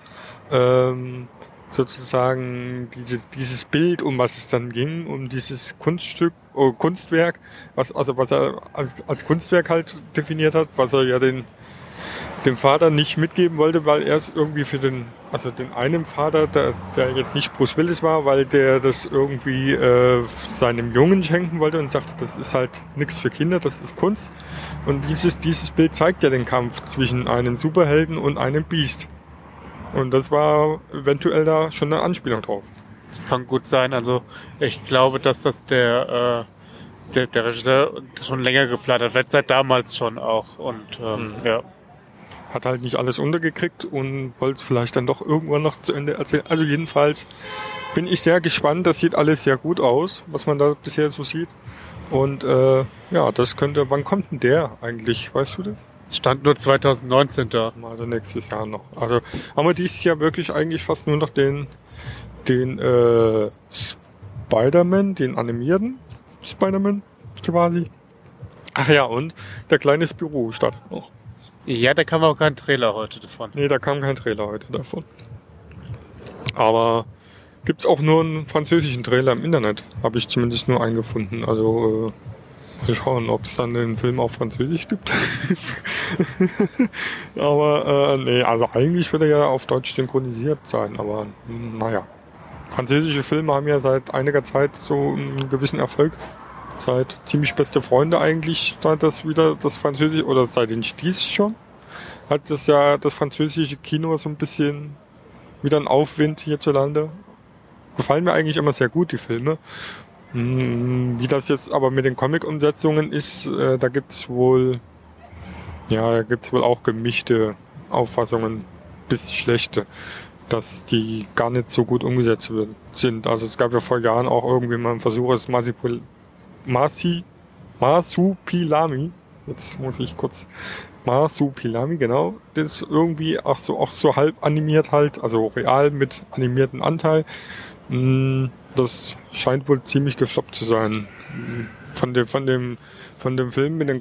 sozusagen dieses Bild, um was es dann ging, um dieses Kunstwerk, was er als Kunstwerk halt definiert hat, was er ja dem Vater nicht mitgeben wollte, weil er es irgendwie für den einen Vater, der jetzt nicht Bruce Willis war, weil der das irgendwie seinem Jungen schenken wollte und sagte, das ist halt nichts für Kinder, das ist Kunst. Und dieses Bild zeigt ja den Kampf zwischen einem Superhelden und einem Biest. Und das war eventuell da schon eine Anspielung drauf. Das kann gut sein. Also ich glaube, dass das der Regisseur schon länger geplant hat, vielleicht seit damals schon auch. Und ja. Hat halt nicht alles untergekriegt und wollte es vielleicht dann doch irgendwann noch zu Ende erzählen. Also jedenfalls bin ich sehr gespannt. Das sieht alles sehr gut aus, was man da bisher so sieht. Und wann kommt denn der eigentlich? Weißt du das? Stand nur 2019 da. Also nächstes Jahr noch. Also haben wir dieses Jahr wirklich eigentlich fast nur noch den Spider-Man, den animierten Spider-Man quasi. Ach ja, und der kleine Spirou startet noch. Ja, da kam auch kein Trailer heute davon. Nee, da kam kein Trailer heute davon. Aber gibt's auch nur einen französischen Trailer im Internet. Habe ich zumindest nur eingefunden. Also mal schauen, ob es dann den Film auf Französisch gibt. Aber also eigentlich würde er ja auf Deutsch synchronisiert sein. Aber naja, französische Filme haben ja seit einiger Zeit so einen gewissen Erfolg. Seit ziemlich beste Freunde eigentlich, seit das wieder das französische, oder seit den Sties schon, hat das ja das französische Kino so ein bisschen wieder einen Aufwind hierzulande. Gefallen mir eigentlich immer sehr gut, die Filme. Wie das jetzt aber mit den Comic-Umsetzungen ist, da gibt's wohl auch gemischte Auffassungen bis schlechte, dass die gar nicht so gut umgesetzt sind. Also es gab ja vor Jahren auch irgendwie mal einen Versuch, das Marsupilami, jetzt muss ich kurz, Marsupilami, genau, das ist irgendwie auch so halb animiert halt, also real mit animierten Anteil. Das scheint wohl ziemlich gefloppt zu sein. Von dem Film mit der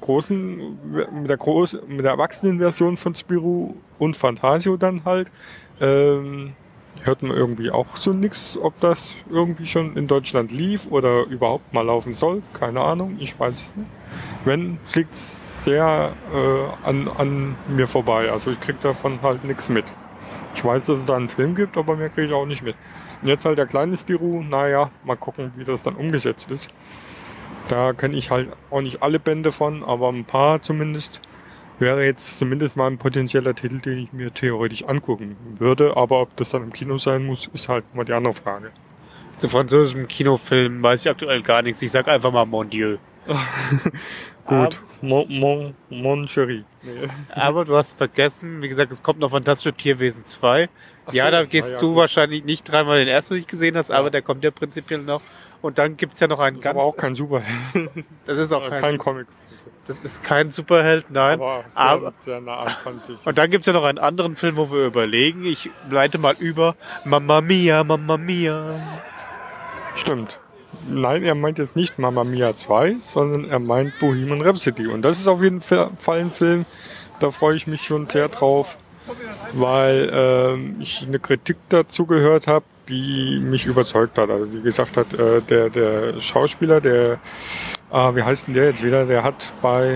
Erwachsenenversion von Spirou und Fantasio dann halt, hört man irgendwie auch so nix, ob das irgendwie schon in Deutschland lief oder überhaupt mal laufen soll. Keine Ahnung, ich weiß es nicht. Wenn, fliegt's sehr an mir vorbei. Also ich krieg davon halt nichts mit. Ich weiß, dass es da einen Film gibt, aber mehr kriege ich auch nicht mit. Und jetzt halt der kleine Spirou, naja, mal gucken, wie das dann umgesetzt ist. Da kenne ich halt auch nicht alle Bände von, aber ein paar zumindest. Wäre jetzt zumindest mal ein potenzieller Titel, den ich mir theoretisch angucken würde. Aber ob das dann im Kino sein muss, ist halt mal die andere Frage. Zu französischem Kinofilm weiß ich aktuell gar nichts. Ich sag einfach mal Mon Dieu. Gut, Mon Chéri. Nee. Aber du hast vergessen, wie gesagt, es kommt noch Fantastische Tierwesen 2. Ja, da gehst du wahrscheinlich nicht dran, weil du den ersten nicht gesehen hast, aber der kommt ja prinzipiell noch. Und dann gibt's ja noch einen ganz... aber auch kein Superheld. Das ist auch kein Comic. Das ist kein Superheld, nein. Aber sehr nah an Fantasy. Und dann gibt's ja noch einen anderen Film, wo wir überlegen. Ich leite mal über. Mamma Mia, Mamma Mia. Stimmt. Nein, er meint jetzt nicht Mamma Mia 2, sondern er meint Bohemian Rhapsody. Und das ist auf jeden Fall ein Film, da freue ich mich schon sehr drauf, weil ich eine Kritik dazu gehört habe, die mich überzeugt hat. Also die gesagt hat, der Schauspieler, wie heißt denn der jetzt wieder? Der hat bei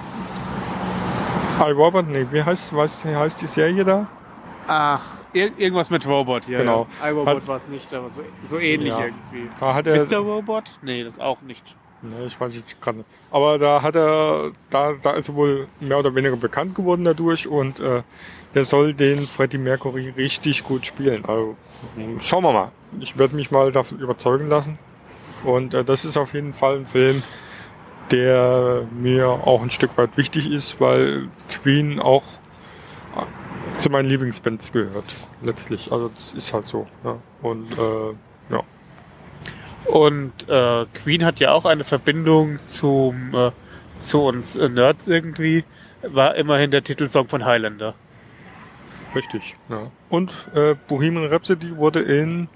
iRobot, wie heißt die Serie da? Ach, irgendwas mit Robot, ja. Genau. Ja. iRobot war es nicht, aber so ähnlich Ja. irgendwie. Da hat er, Mr. Robot? Nee, das auch nicht. ne, ich weiß jetzt gerade nicht. Aber da ist er wohl mehr oder weniger bekannt geworden dadurch und der soll den Freddie Mercury richtig gut spielen. Also schauen wir mal. Ich werde mich mal davon überzeugen lassen. Und das ist auf jeden Fall ein Film, der mir auch ein Stück weit wichtig ist, weil Queen auch zu meinen Lieblingsbands gehört, letztlich. Also das ist halt so. Ja. Und ja. Und Queen hat ja auch eine Verbindung zu uns Nerds irgendwie. War immerhin der Titelsong von Highlander. Richtig, ja. Und Bohemian Rhapsody wurde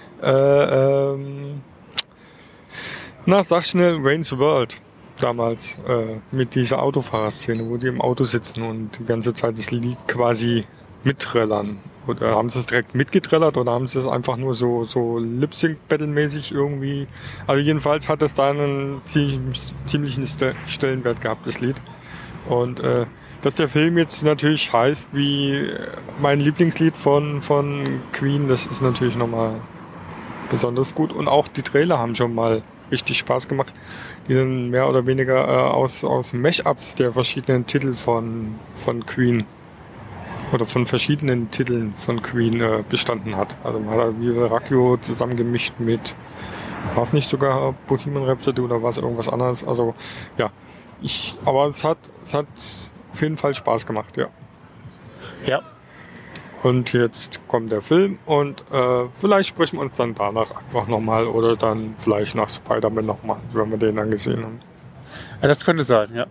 sag schnell, Wayne's World damals mit dieser Autofahrerszene, wo die im Auto sitzen und die ganze Zeit das Lied quasi mitträllern. Oder haben sie es direkt mitgetrellert oder haben sie es einfach nur so Lip-Sync-Battle-mäßig irgendwie. Also jedenfalls hat es da einen ziemlichen Stellenwert gehabt, das Lied. Und dass der Film jetzt natürlich heißt wie mein Lieblingslied von Queen, das ist natürlich nochmal besonders gut. Und auch die Trailer haben schon mal richtig Spaß gemacht. Die sind mehr oder weniger aus Mash-ups der verschiedenen Titel von Queen oder von verschiedenen Titeln von Queen bestanden hat. Also man hat Viva Racchio zusammengemischt mit, war es nicht sogar Bohemian Rhapsody oder war es irgendwas anderes? Also ja, aber es hat auf jeden Fall Spaß gemacht, ja. Ja. Und jetzt kommt der Film und vielleicht sprechen wir uns dann danach einfach nochmal oder dann vielleicht nach Spider-Man nochmal, wenn wir den dann gesehen haben. Ja, das könnte sein, ja.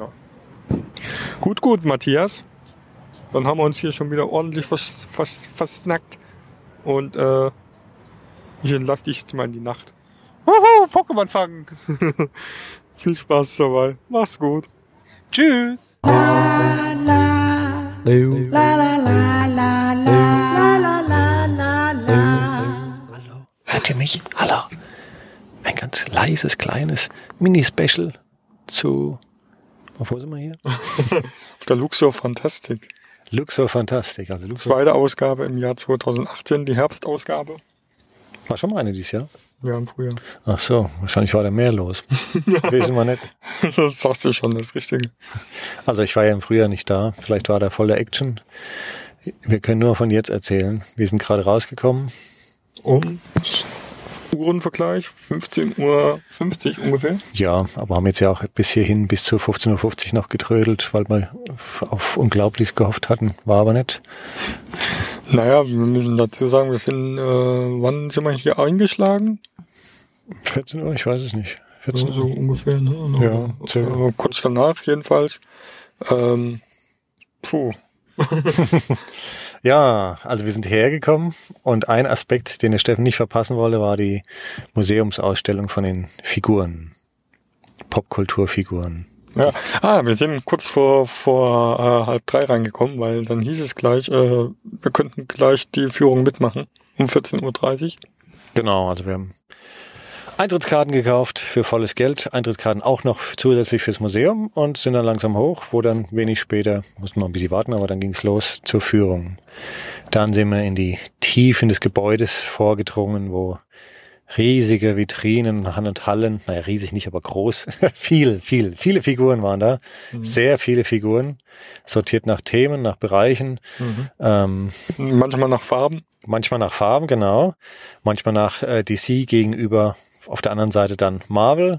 Gut, Matthias. Dann haben wir uns hier schon wieder ordentlich versnackt. Und ich entlasse dich jetzt mal in die Nacht. Wuhu, Pokémon fangen. Viel Spaß dabei. Mach's gut. Tschüss. Hört ihr mich? Hallo. Ein ganz leises, kleines Mini-Special zu... Wo sind wir hier? Der Luxor Fantastic. Luxor Fantastic. Also Luxor Zweite Ausgabe im Jahr 2018, die Herbstausgabe. war schon mal eine dieses Jahr. Ja, im Frühjahr. Ach so, wahrscheinlich war da mehr los. Wissen wir nicht. Das sagst du schon, das Richtige. Also ich war ja im Frühjahr nicht da. Vielleicht war da voller Action. Wir können nur von jetzt erzählen. Wir sind gerade rausgekommen. Uhrenvergleich, 15:50 Uhr ungefähr. Ja, aber haben jetzt ja auch bis hierhin, bis zu 15:50 Uhr noch getrödelt, weil wir auf Unglaubliches gehofft hatten. War aber nicht. Naja, wir müssen dazu sagen, wir sind, wann sind wir hier eingeschlagen? 14 Uhr, ich weiß es nicht. 14 Ja, so Uhr. ungefähr, ne? Ja, kurz danach jedenfalls. Ja, also wir sind hergekommen und ein Aspekt, den der Steffen nicht verpassen wollte, war die Museumsausstellung von den Figuren. Popkulturfiguren. Ja, wir sind kurz vor 2:30 reingekommen, weil dann hieß es gleich, wir könnten gleich die Führung mitmachen um 14:30 Uhr. Genau, also wir haben Eintrittskarten gekauft für volles Geld, Eintrittskarten auch noch zusätzlich fürs Museum und sind dann langsam hoch, wo dann wenig später, mussten noch ein bisschen warten, aber dann ging's los zur Führung. Dann sind wir in die Tiefen des Gebäudes vorgedrungen, wo riesige Vitrinen und Hallen, naja, riesig nicht, aber groß, viele Figuren waren da, sehr viele Figuren, sortiert nach Themen, nach Bereichen. Manchmal nach Farben. Manchmal nach Farben, genau. Manchmal nach DC gegenüber, auf der anderen Seite dann Marvel.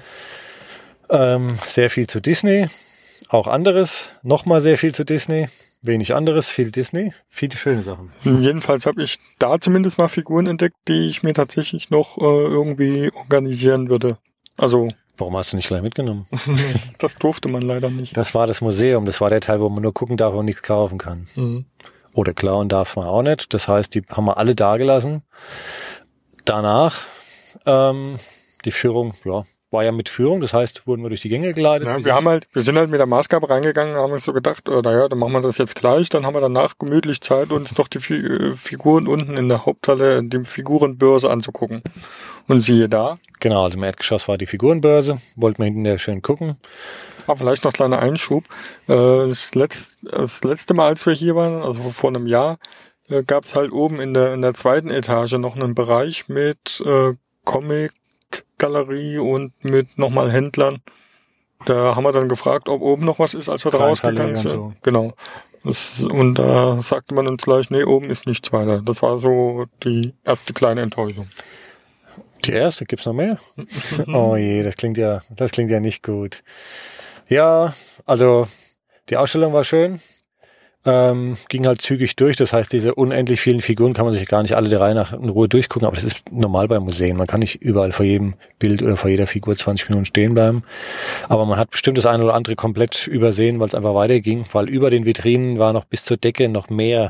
Sehr viel zu Disney. Auch anderes, nochmal sehr viel zu Disney. Wenig anderes, viel Disney, viele schöne Sachen. Jedenfalls habe ich da zumindest mal Figuren entdeckt, die ich mir tatsächlich noch irgendwie organisieren würde. Also Warum hast du nicht gleich mitgenommen? Das durfte man leider nicht. Das war das Museum. Das war der Teil, wo man nur gucken darf und nichts kaufen kann. Mhm. Oder klauen darf man auch nicht. Das heißt, die haben wir alle da gelassen. Danach, die Führung, war ja mit Führung. Das heißt, wurden wir durch die Gänge geleitet. Ja, wir sind halt mit der Maßgabe reingegangen, haben uns so gedacht, naja, dann machen wir das jetzt gleich. Dann haben wir danach gemütlich Zeit, uns noch die Figuren unten in der Haupthalle, die Figurenbörse anzugucken. Und siehe da. Genau, also im Erdgeschoss war die Figurenbörse. Wollten wir hinten schön gucken. Vielleicht noch kleiner Einschub. Das letzte Mal, als wir hier waren, also vor einem Jahr, gab es halt oben in der zweiten Etage noch einen Bereich mit Comic-Galerie und mit nochmal Händlern. Da haben wir dann gefragt, ob oben noch was ist, als wir da rausgegangen sind. So. Genau. Und da sagte man uns gleich, nee, oben ist nichts weiter. Das war so die erste kleine Enttäuschung. Die erste? Gibt's noch mehr? Oh je, das klingt ja nicht gut. Ja, also die Ausstellung war schön. Ging halt zügig durch. Das heißt, diese unendlich vielen Figuren kann man sich gar nicht alle der Reihe nach in Ruhe durchgucken. Aber das ist normal bei Museen. Man kann nicht überall vor jedem Bild oder vor jeder Figur 20 Minuten stehen bleiben. Aber man hat bestimmt das eine oder andere komplett übersehen, weil es einfach weiterging. Weil über den Vitrinen war noch bis zur Decke noch mehr.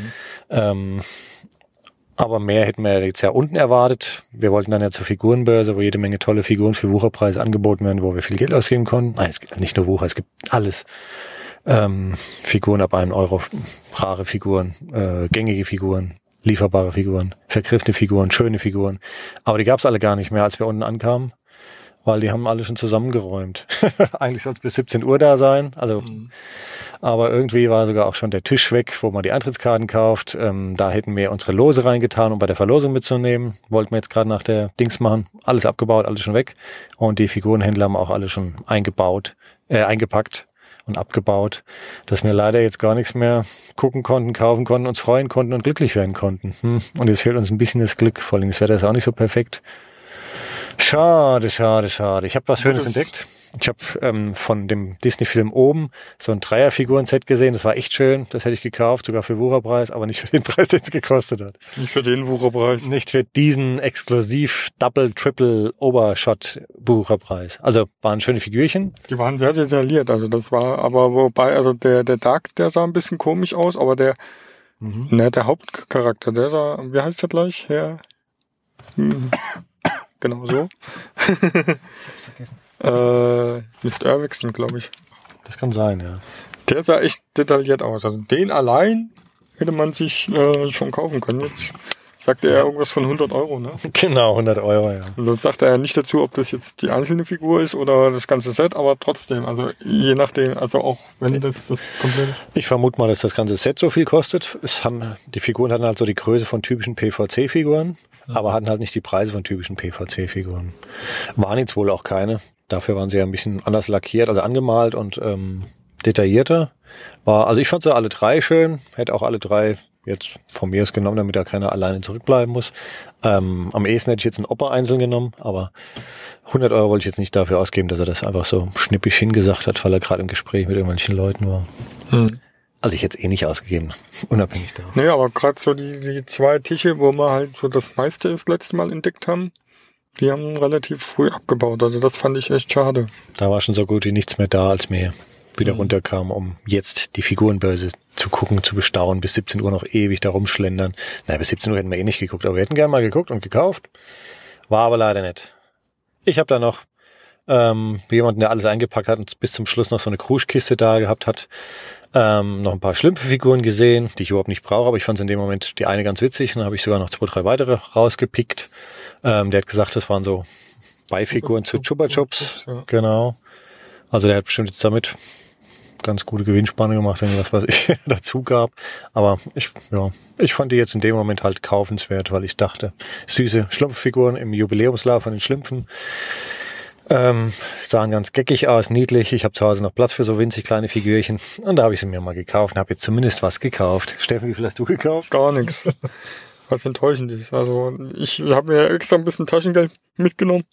Aber mehr hätten wir jetzt ja unten erwartet. Wir wollten dann ja zur Figurenbörse, wo jede Menge tolle Figuren für Wucherpreise angeboten werden, wo wir viel Geld ausgeben konnten. Nein, es gibt nicht nur Wucher, es gibt alles. Figuren ab 1 Euro, rare Figuren, gängige Figuren, lieferbare Figuren, vergriffene Figuren, schöne Figuren. Aber die gab es alle gar nicht mehr, als wir unten ankamen, weil die haben alle schon zusammengeräumt. Eigentlich soll es bis 17 Uhr da sein. Also, aber irgendwie war sogar auch schon der Tisch weg, wo man die Eintrittskarten kauft. Da hätten wir unsere Lose reingetan, um bei der Verlosung mitzunehmen. Wollten wir jetzt gerade nach der Dings machen. Alles abgebaut, alles schon weg. Und die Figurenhändler haben auch alle schon eingepackt und abgebaut, dass wir leider jetzt gar nichts mehr gucken konnten, kaufen konnten, uns freuen konnten und glücklich werden konnten. Und jetzt fehlt uns ein bisschen das Glück. Vor allem das Wetter ist auch nicht so perfekt. Schade. Ich habe was Schönes entdeckt. Ich habe von dem Disney-Film oben so ein Dreierfiguren-Set gesehen. Das war echt schön. Das hätte ich gekauft, sogar für Wucherpreis, aber nicht für den Preis, den es gekostet hat. Nicht für den Wucherpreis. Nicht für diesen exklusiv Double, Triple Obershot Wucherpreis. Also waren schöne Figürchen. Die waren sehr detailliert. Also das war, aber wobei, also der Dark, der sah ein bisschen komisch aus, aber der Hauptcharakter, der sah, wie heißt der gleich? Genau so. Ich hab's vergessen. Mr. Irvixen, glaube ich. Das kann sein, ja. Der sah echt detailliert aus. Also den allein hätte man sich schon kaufen können. Jetzt sagte er irgendwas von 100 Euro, ne? Genau, 100 Euro, ja. Und das sagt er ja nicht dazu, ob das jetzt die einzelne Figur ist oder das ganze Set, aber trotzdem, also je nachdem, also auch wenn das komplett... Ich vermute mal, dass das ganze Set so viel kostet. Die Figuren hatten halt so die Größe von typischen PVC-Figuren, aber hatten halt nicht die Preise von typischen PVC-Figuren. Waren jetzt wohl auch keine. Dafür waren sie ja ein bisschen anders lackiert, also angemalt und detaillierter. Also ich fand sie alle drei schön, hätte auch alle drei jetzt von mir aus genommen, damit da keiner alleine zurückbleiben muss. Am ehesten hätte ich jetzt einen Opa einzeln genommen, aber 100 Euro wollte ich jetzt nicht dafür ausgeben, dass er das einfach so schnippisch hingesagt hat, weil er gerade im Gespräch mit irgendwelchen Leuten war. Also ich hätte es eh nicht ausgegeben, unabhängig davon. Nee, aber gerade so die zwei Tische, wo wir halt so das meiste das letzte Mal entdeckt haben, die haben relativ früh abgebaut. Also das fand ich echt schade. Da war schon so gut wie nichts mehr da, als wir wieder runterkamen, um jetzt die Figurenbörse zu gucken, zu bestaunen, bis 17 Uhr noch ewig da rumschlendern. Nein, bis 17 Uhr hätten wir eh nicht geguckt, aber wir hätten gerne mal geguckt und gekauft. War aber leider nicht. Ich habe da noch jemanden, der alles eingepackt hat und bis zum Schluss noch so eine Kruschkiste da gehabt hat, noch ein paar Schlümpfe-Figuren gesehen, die ich überhaupt nicht brauche, aber ich fand in dem Moment die eine ganz witzig. Dann habe ich sogar noch 2, 3 weitere rausgepickt. Der hat gesagt, das waren so Beifiguren zu Chupa Chups. Ja. Genau. Also der hat bestimmt jetzt damit ganz gute Gewinnspanne gemacht, wenn was ich dazu gab. Aber ich fand die jetzt in dem Moment halt kaufenswert, weil ich dachte, süße Schlumpffiguren im Jubiläumslauf von den Schlümpfen. Sahen ganz geckig aus, niedlich. Ich habe zu Hause noch Platz für so winzig kleine Figürchen. Und da habe ich sie mir mal gekauft und habe jetzt zumindest was gekauft. Steffen, wie viel hast du gekauft? Gar nichts. Was enttäuschend ist. Also ich habe mir extra ein bisschen Taschengeld mitgenommen.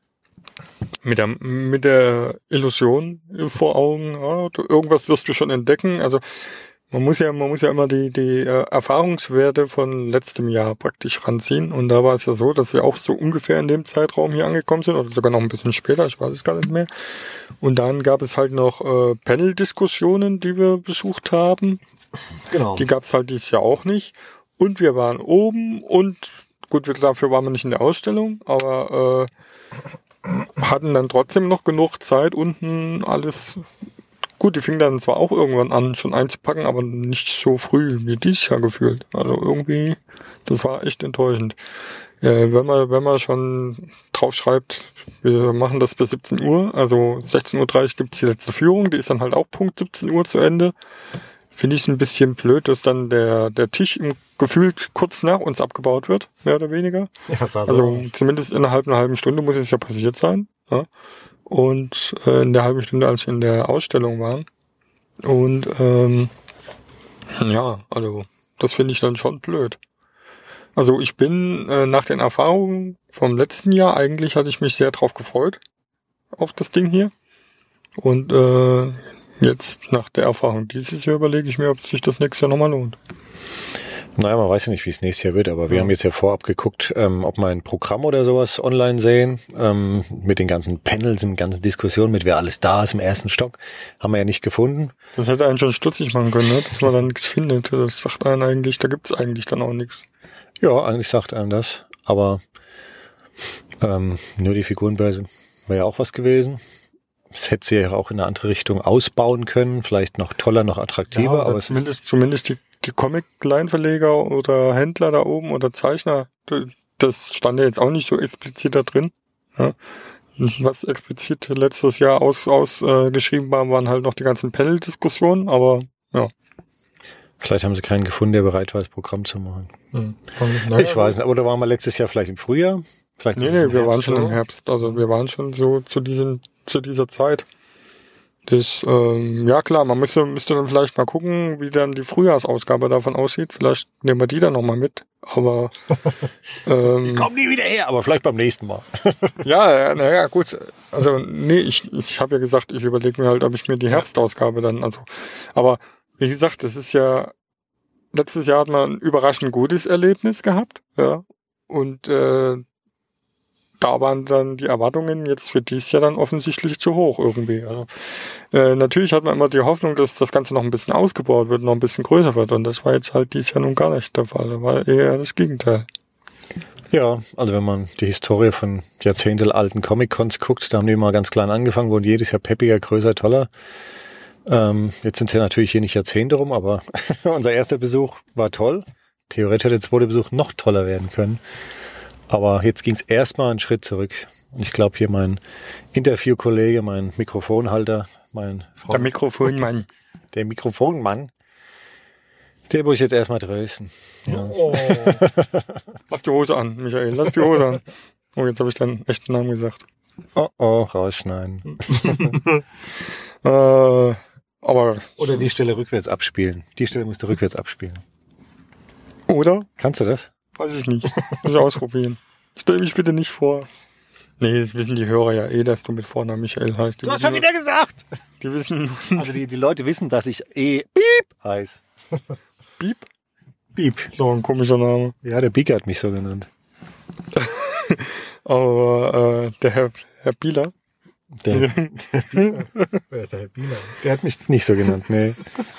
Mit der Illusion vor Augen, ja, irgendwas wirst du schon entdecken. Also Man muss ja immer die Erfahrungswerte von letztem Jahr praktisch ranziehen. Und da war es ja so, dass wir auch so ungefähr in dem Zeitraum hier angekommen sind oder sogar noch ein bisschen später, ich weiß es gar nicht mehr. Und dann gab es halt noch Panel-Diskussionen, die wir besucht haben. Genau. Die gab es halt dieses Jahr auch nicht. Und wir waren oben und gut, dafür waren wir nicht in der Ausstellung, aber hatten dann trotzdem noch genug Zeit, unten alles... Gut, die fing dann zwar auch irgendwann an, schon einzupacken, aber nicht so früh wie dieses Jahr gefühlt. Also irgendwie, das war echt enttäuschend. Wenn man schon draufschreibt, wir machen das bis 17 Uhr, also 16.30 Uhr gibt's die letzte Führung, die ist dann halt auch Punkt 17 Uhr zu Ende. Finde ich es ein bisschen blöd, dass dann der Tisch gefühlt kurz nach uns abgebaut wird, mehr oder weniger. Ja, sah so Also aus. zumindest innerhalb einer halben Stunde muss es ja passiert sein. Ja. Und in der halben Stunde, als wir in der Ausstellung waren. Und ja, also das finde ich dann schon blöd. Also ich bin nach den Erfahrungen vom letzten Jahr, eigentlich hatte ich mich sehr drauf gefreut, auf das Ding hier. Und jetzt nach der Erfahrung dieses Jahr überlege ich mir, ob sich das nächstes Jahr nochmal lohnt. Naja, man weiß ja nicht, wie es nächstes Jahr wird, aber wir haben jetzt ja vorab geguckt, ob wir ein Programm oder sowas online sehen, mit den ganzen Panels, mit den ganzen Diskussionen, mit wer alles da ist im ersten Stock, haben wir ja nicht gefunden. Das hätte einen schon stutzig machen können, ne? Dass man dann nichts findet. Das sagt einen eigentlich, da gibt's eigentlich dann auch nichts. Ja, eigentlich sagt einem das, aber nur die Figurenbörse wäre ja auch was gewesen. Es hätte sie ja auch in eine andere Richtung ausbauen können, vielleicht noch toller, noch attraktiver, aber zumindest die Comic-Kleinverleger oder Händler da oben oder Zeichner, das stand ja jetzt auch nicht so explizit da drin. Ja. Was explizit letztes Jahr ausgeschrieben war, waren halt noch die ganzen Panel-Diskussionen, aber ja. vielleicht haben sie keinen gefunden, der bereit war, das Programm zu machen. Naja, Ich weiß nicht, oder waren wir letztes Jahr vielleicht im Frühjahr? Vielleicht Nee, wir waren schon im Herbst. Also wir waren schon so zu dieser Zeit. Das, ja klar, man müsste dann vielleicht mal gucken, wie dann die Frühjahrsausgabe davon aussieht. Vielleicht nehmen wir die dann nochmal mit. Aber Ich komm nie wieder her, aber vielleicht beim nächsten Mal. ja, naja, gut. Also nee, ich habe ja gesagt, ich überlege mir halt, ob ich mir die Herbstausgabe dann, also. Aber wie gesagt, das ist ja, letztes Jahr hat man ein überraschend gutes Erlebnis gehabt, ja. Und da waren dann die Erwartungen jetzt für dieses Jahr dann offensichtlich zu hoch irgendwie. Also, natürlich hat man immer die Hoffnung, dass das Ganze noch ein bisschen ausgebaut wird, noch ein bisschen größer wird. Und das war jetzt halt dieses Jahr nun gar nicht der Fall. Da war eher das Gegenteil. Ja, also wenn man die Historie von jahrzehntealten Comic-Cons guckt, da haben die immer ganz klein angefangen, wurden jedes Jahr peppiger, größer, toller. Jetzt sind ja natürlich hier nicht Jahrzehnte rum, aber unser erster Besuch war toll. Theoretisch hätte der zweite Besuch noch toller werden können. Aber jetzt ging es erstmal einen Schritt zurück. Und ich glaube hier mein Interviewkollege, mein Mikrofonhalter, mein Freund, Der Mikrofonmann. der Mikrofonmann, der muss ich jetzt erstmal trösten. Ja. Oh. Lass die Hose an, Michael, lass die Hose an. Oh, jetzt habe ich deinen echten Namen gesagt. Oh, rausschneiden. Aber Oder die Stelle rückwärts abspielen. Die Stelle musst du rückwärts abspielen. oder? Kannst du das? Weiß ich nicht. Muss ich ausprobieren. Stell mich bitte nicht vor. Nee, das wissen die Hörer ja eh, dass du mit Vornamen Michael heißt. Die Du hast wissen schon wieder gesagt! Die wissen... Also die Leute wissen, dass ich Piep heiß. Piep? Piep. So ein komischer Name. Ja, der Bieger hat mich so genannt. Aber der Herr Bieler... Wer ist der Herr Bieler? Der hat mich nicht so genannt, nee.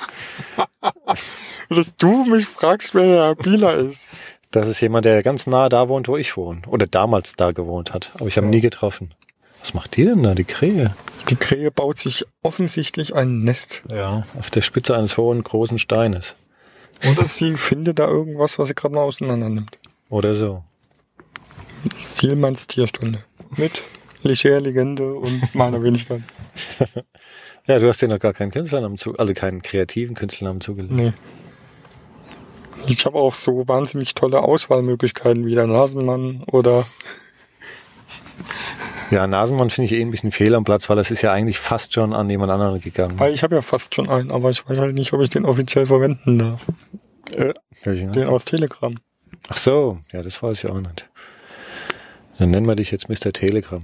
Dass du mich fragst, wer der Herr Bieler ist. Das ist jemand, der ganz nah da wohnt, wo ich wohne. Oder damals da gewohnt hat. Aber ich habe ihn nie getroffen. Was macht die denn da, die Krähe? Die Krähe baut sich offensichtlich ein Nest. Ja, auf der Spitze eines hohen, großen Steines. Oder sie findet da irgendwas, was sie gerade mal auseinander nimmt. Oder so. Zielmanns Tierstunde. Mit Leger-Legende und meiner Wenigkeit. Ja, du hast dir noch gar keinen Künstlernamen also keinen kreativen Künstlernamen zugelegt. Nee. Ich habe auch so wahnsinnig tolle Auswahlmöglichkeiten wie der Nasenmann oder... Ja, Nasenmann finde ich ein bisschen fehl am Platz, weil das ist ja eigentlich fast schon an jemand anderen gegangen. Weil ich habe ja fast schon einen, aber ich weiß halt nicht, ob ich den offiziell verwenden darf. Den aus Telegram. Ach so, ja, das weiß ich auch nicht. Dann nennen wir dich jetzt Mr. Telegram.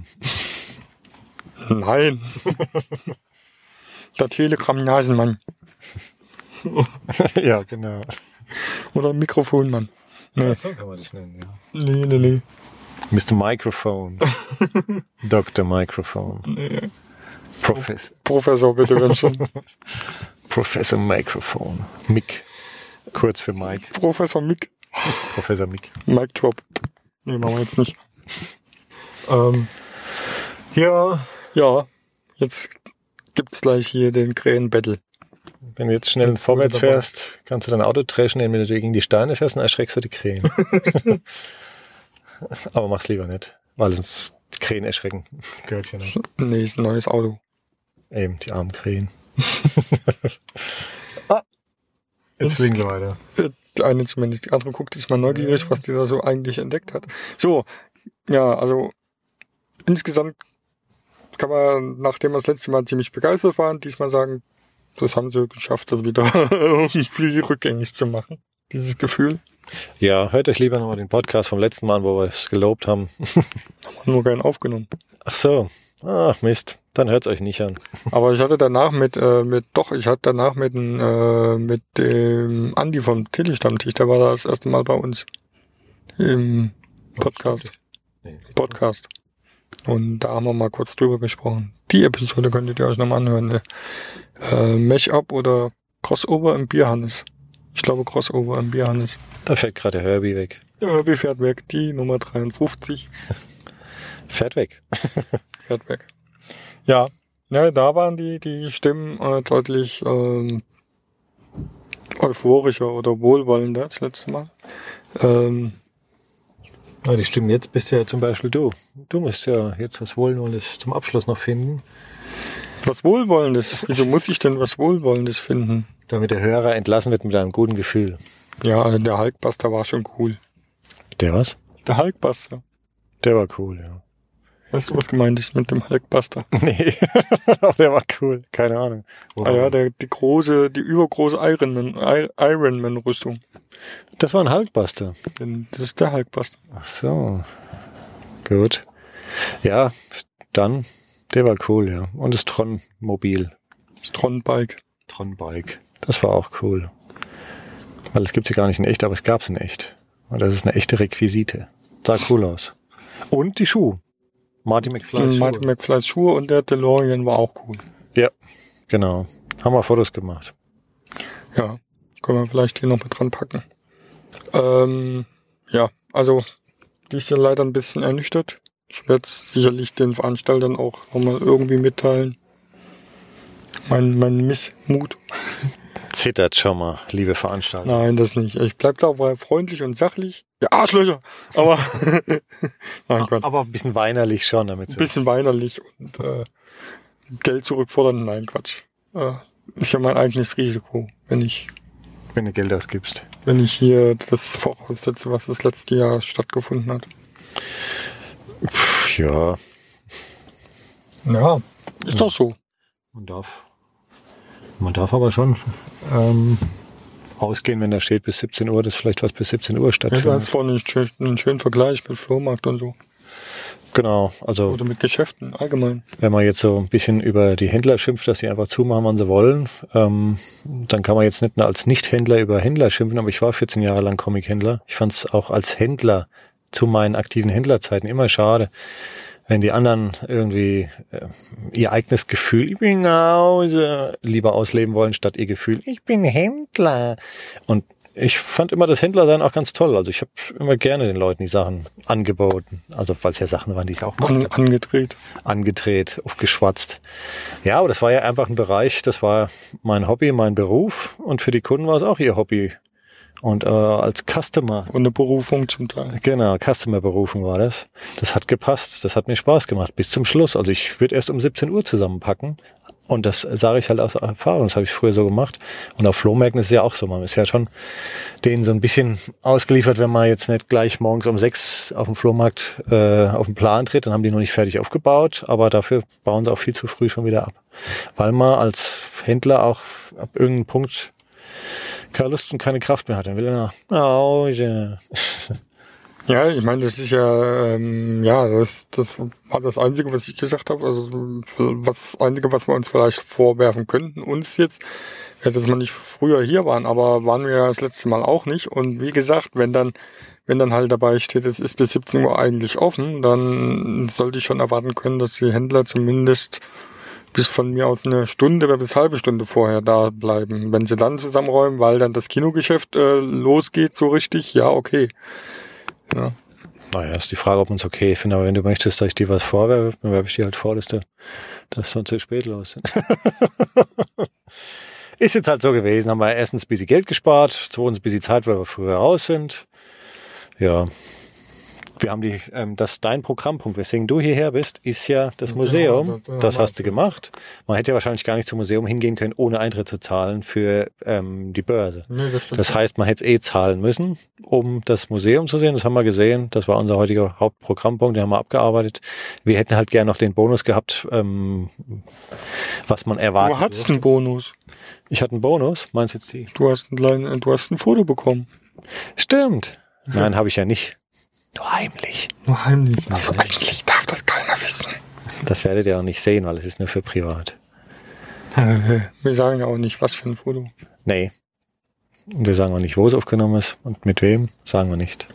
Nein. Der Telegram-Nasenmann. Ja, genau. Oder Mikrofonmann. Nee. So kann man dich nennen, ja. Nee. Mr. Microphone. Dr. Microphone. Nee. Professor, bitte, wenn schon. Professor Microphone. Mick. Kurz für Mike. Professor Mick. Professor Mick. Mic Drop. Nee, machen wir jetzt nicht. Ja, jetzt gibt's gleich hier den Krähen-Battle. Wenn du jetzt schnell vorwärts fährst, kannst du dein Auto dreschen, indem du gegen die Steine fährst und erschreckst du die Krähen. Aber mach's lieber nicht, weil sonst die Krähen erschrecken. Gehört ja nicht. Nee, ist ein neues Auto. Eben, die armen Krähen. Jetzt fliegen sie weiter. Die eine zumindest. Die andere guckt jetzt mal neugierig, was die da so eigentlich entdeckt hat. So, ja, also insgesamt kann man, nachdem wir das letzte Mal ziemlich begeistert waren, diesmal sagen, das haben sie geschafft, das wieder irgendwie rückgängig zu machen. Dieses Gefühl. Ja, hört euch lieber nochmal den Podcast vom letzten Mal, wo wir es gelobt haben. Haben wir nur keinen aufgenommen. Ach so. Ach Mist, dann hört's euch nicht an. Aber ich hatte danach mit dem Andi vom Telestammtisch, der war da das erste Mal bei uns im Podcast. Podcast. Und da haben wir mal kurz drüber gesprochen. Die Episode könntet ihr euch nochmal anhören. Ne? Mash-up oder Crossover im Bierhannes. Ich glaube Crossover im Bierhannes. Da fährt gerade der Herbie weg. Der Herbie fährt weg, die Nummer 53. Fährt weg. Fährt weg. Ja, da waren die Stimmen deutlich euphorischer oder wohlwollender als letztes Mal. Ja, die Stimmen jetzt bist ja zum Beispiel du. Du musst ja jetzt was Wohlwollendes zum Abschluss noch finden. Was Wohlwollendes? Wieso muss ich denn was Wohlwollendes finden? Damit der Hörer entlassen wird mit einem guten Gefühl. Ja, der Hulkbuster war schon cool. Der was? Der Hulkbuster. Der war cool, ja. Weißt du, was gemeint ist mit dem Hulkbuster? Nee, der war cool. Keine Ahnung. Ah ja, die übergroße Ironman-Rüstung. Das war ein Hulkbuster. Das ist der Hulkbuster. Ach so. Gut. Ja, dann, der war cool, ja. Und das Tron-Mobil. Das Tron-Bike. Tron-Bike. Das war auch cool. Weil es gibt sie gar nicht in echt, aber es gab es in echt. Und das ist eine echte Requisite. Sah cool aus. Und die Schuhe. Marty McFly's Schuhe und der DeLorean war auch cool. Ja, genau. Haben wir Fotos gemacht. Ja, können wir vielleicht hier noch mit dran packen. Ja, also die ist ja leider ein bisschen ernüchtert. Ich werde es sicherlich den Veranstaltern auch nochmal irgendwie mitteilen. Mein Missmut. Zittert schon mal, liebe Veranstalter. Nein, das nicht. Ich bleib da aber freundlich und sachlich. Ja, Arschlöcher! Aber nein, Gott. Aber ein bisschen weinerlich schon damit. Ein bisschen weinerlich und Geld zurückfordern. Nein, Quatsch. Ist ja mein eigenes Risiko, wenn du Geld ausgibst. Wenn ich hier das voraussetze, was das letzte Jahr stattgefunden hat. Ja. Ja, ist doch so. Man darf aber schon ausgehen, wenn da steht bis 17 Uhr, dass vielleicht was bis 17 Uhr stattfindet. Ja, du hast vorhin einen schönen Vergleich mit Flohmarkt und so. Genau, also. Oder mit Geschäften allgemein. Wenn man jetzt so ein bisschen über die Händler schimpft, dass sie einfach zumachen, wann sie wollen, dann kann man jetzt nicht nur als Nicht-Händler über Händler schimpfen, aber ich war 14 Jahre lang Comic-Händler. Ich fand es auch als Händler zu meinen aktiven Händlerzeiten immer schade, wenn die anderen irgendwie ihr eigenes Gefühl, ich bin lieber ausleben wollen, statt ihr Gefühl, ich bin Händler. Und ich fand immer das Händlersein auch ganz toll. Also ich habe immer gerne den Leuten die Sachen angeboten. Also weil es ja Sachen waren, die ich auch mochte. Angedreht, aufgeschwatzt. Ja, aber das war ja einfach ein Bereich, das war mein Hobby, mein Beruf. Und für die Kunden war es auch ihr Hobby. Und als Customer. Und eine Berufung zum Teil. Genau, Customer-Berufung war das. Das hat gepasst, das hat mir Spaß gemacht bis zum Schluss. Also ich würde erst um 17 Uhr zusammenpacken. Und das sage ich halt aus Erfahrung, das habe ich früher so gemacht. Und auf Flohmärkten ist es ja auch so. Man ist ja schon denen so ein bisschen ausgeliefert, wenn man jetzt nicht gleich morgens um 6 auf dem Flohmarkt auf den Plan tritt, dann haben die noch nicht fertig aufgebaut. Aber dafür bauen sie auch viel zu früh schon wieder ab. Weil man als Händler auch ab irgendeinem Punkt keine Lust und keine Kraft mehr hat. Dann will er nach Hause. Ja, ich meine, das ist ja, das war das Einzige, was ich gesagt habe. Also das Einzige, was wir uns vielleicht vorwerfen könnten, uns jetzt, ja, dass wir nicht früher hier waren, aber waren wir ja das letzte Mal auch nicht. Und wie gesagt, wenn dann halt dabei steht, es ist bis 17 Uhr eigentlich offen, dann sollte ich schon erwarten können, dass die Händler zumindest bis von mir aus eine Stunde oder bis halbe Stunde vorher da bleiben. Wenn sie dann zusammenräumen, weil dann das Kinogeschäft losgeht so richtig, ja, okay. Ja. Naja, ist die Frage, ob man es okay findet, aber wenn du möchtest, dass ich dir was vorwerfe, dann werfe ich dir halt vor, dass sonst zu spät los sind. Ist jetzt halt so gewesen, haben wir erstens ein bisschen Geld gespart, zweitens ein bisschen Zeit, weil wir früher raus sind. Ja, wir haben dass dein Programmpunkt, weswegen du hierher bist, ist ja das Museum. Ja, das hast du gemacht. Man hätte ja wahrscheinlich gar nicht zum Museum hingehen können, ohne Eintritt zu zahlen für die Börse. Nee, das heißt, man hätte es zahlen müssen, um das Museum zu sehen. Das haben wir gesehen. Das war unser heutiger Hauptprogrammpunkt, den haben wir abgearbeitet. Wir hätten halt gerne noch den Bonus gehabt, was man erwartet. Du hattest einen Bonus. Ich hatte einen Bonus, meinst du jetzt die? Du hast ein Foto bekommen. Stimmt. Nein, habe ich ja nicht. Nur heimlich. Nur heimlich. Also eigentlich darf das keiner wissen. Das werdet ihr auch nicht sehen, weil es ist nur für privat. Wir sagen ja auch nicht, was für ein Foto. Nee. Und wir sagen auch nicht, wo es aufgenommen ist und mit wem, sagen wir nicht.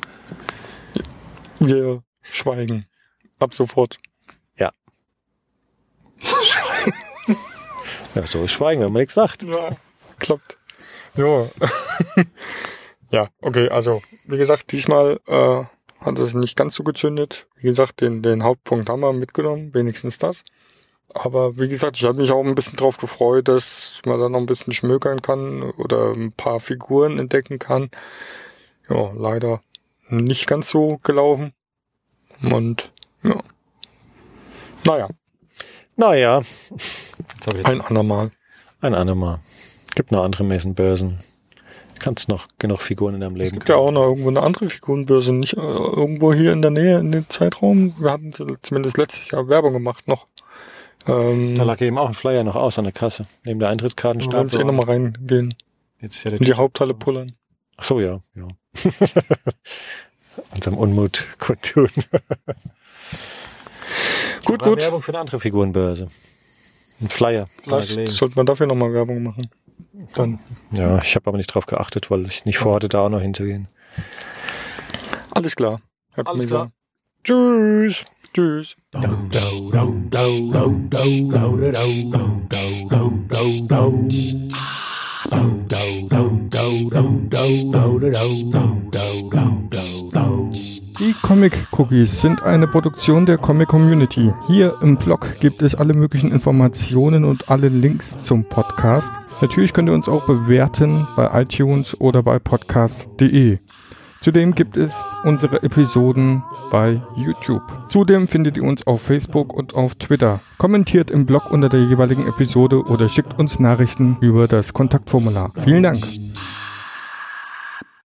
Wir schweigen. Ab sofort. Ja. Schweigen. Ja, so ist Schweigen, wenn man nichts sagt. Ja, klappt. So. Ja, okay, also, wie gesagt, diesmal hat es nicht ganz so gezündet. Wie gesagt, den Hauptpunkt haben wir mitgenommen, wenigstens das. Aber wie gesagt, ich habe mich auch ein bisschen drauf gefreut, dass man da noch ein bisschen schmökern kann oder ein paar Figuren entdecken kann. Ja, leider nicht ganz so gelaufen. Und ja. Naja. Ein andermal. Ein andermal. Gibt noch andere Messenbörsen. Kannst noch genug Figuren in deinem Leben. Es gibt ja auch noch irgendwo eine andere Figurenbörse, nicht irgendwo hier in der Nähe, in dem Zeitraum. Wir hatten zumindest letztes Jahr Werbung gemacht noch. Da lag eben auch ein Flyer noch aus an der Kasse, neben der Eintrittskartenstab. Wir wollen jetzt nochmal reingehen. Jetzt ist ja in die Haupthalle pullern. Ach so, ja. Unserem Unmut kundtun. Gut. Werbung für eine andere Figurenbörse. Ein Flyer. Vielleicht sollte man dafür nochmal Werbung machen. Dann. Ja, ich habe aber nicht drauf geachtet, weil ich nicht vorhatte, da auch noch hinzugehen. Alles klar, Herr Alles Kommissar. klar. Tschüss. Tschüss. Die Comic Cookies sind eine Produktion der Comic Community. Hier im Blog gibt es alle möglichen Informationen und alle Links zum Podcast. Natürlich könnt ihr uns auch bewerten bei iTunes oder bei podcast.de. Zudem gibt es unsere Episoden bei YouTube. Zudem findet ihr uns auf Facebook und auf Twitter. Kommentiert im Blog unter der jeweiligen Episode oder schickt uns Nachrichten über das Kontaktformular. Vielen Dank.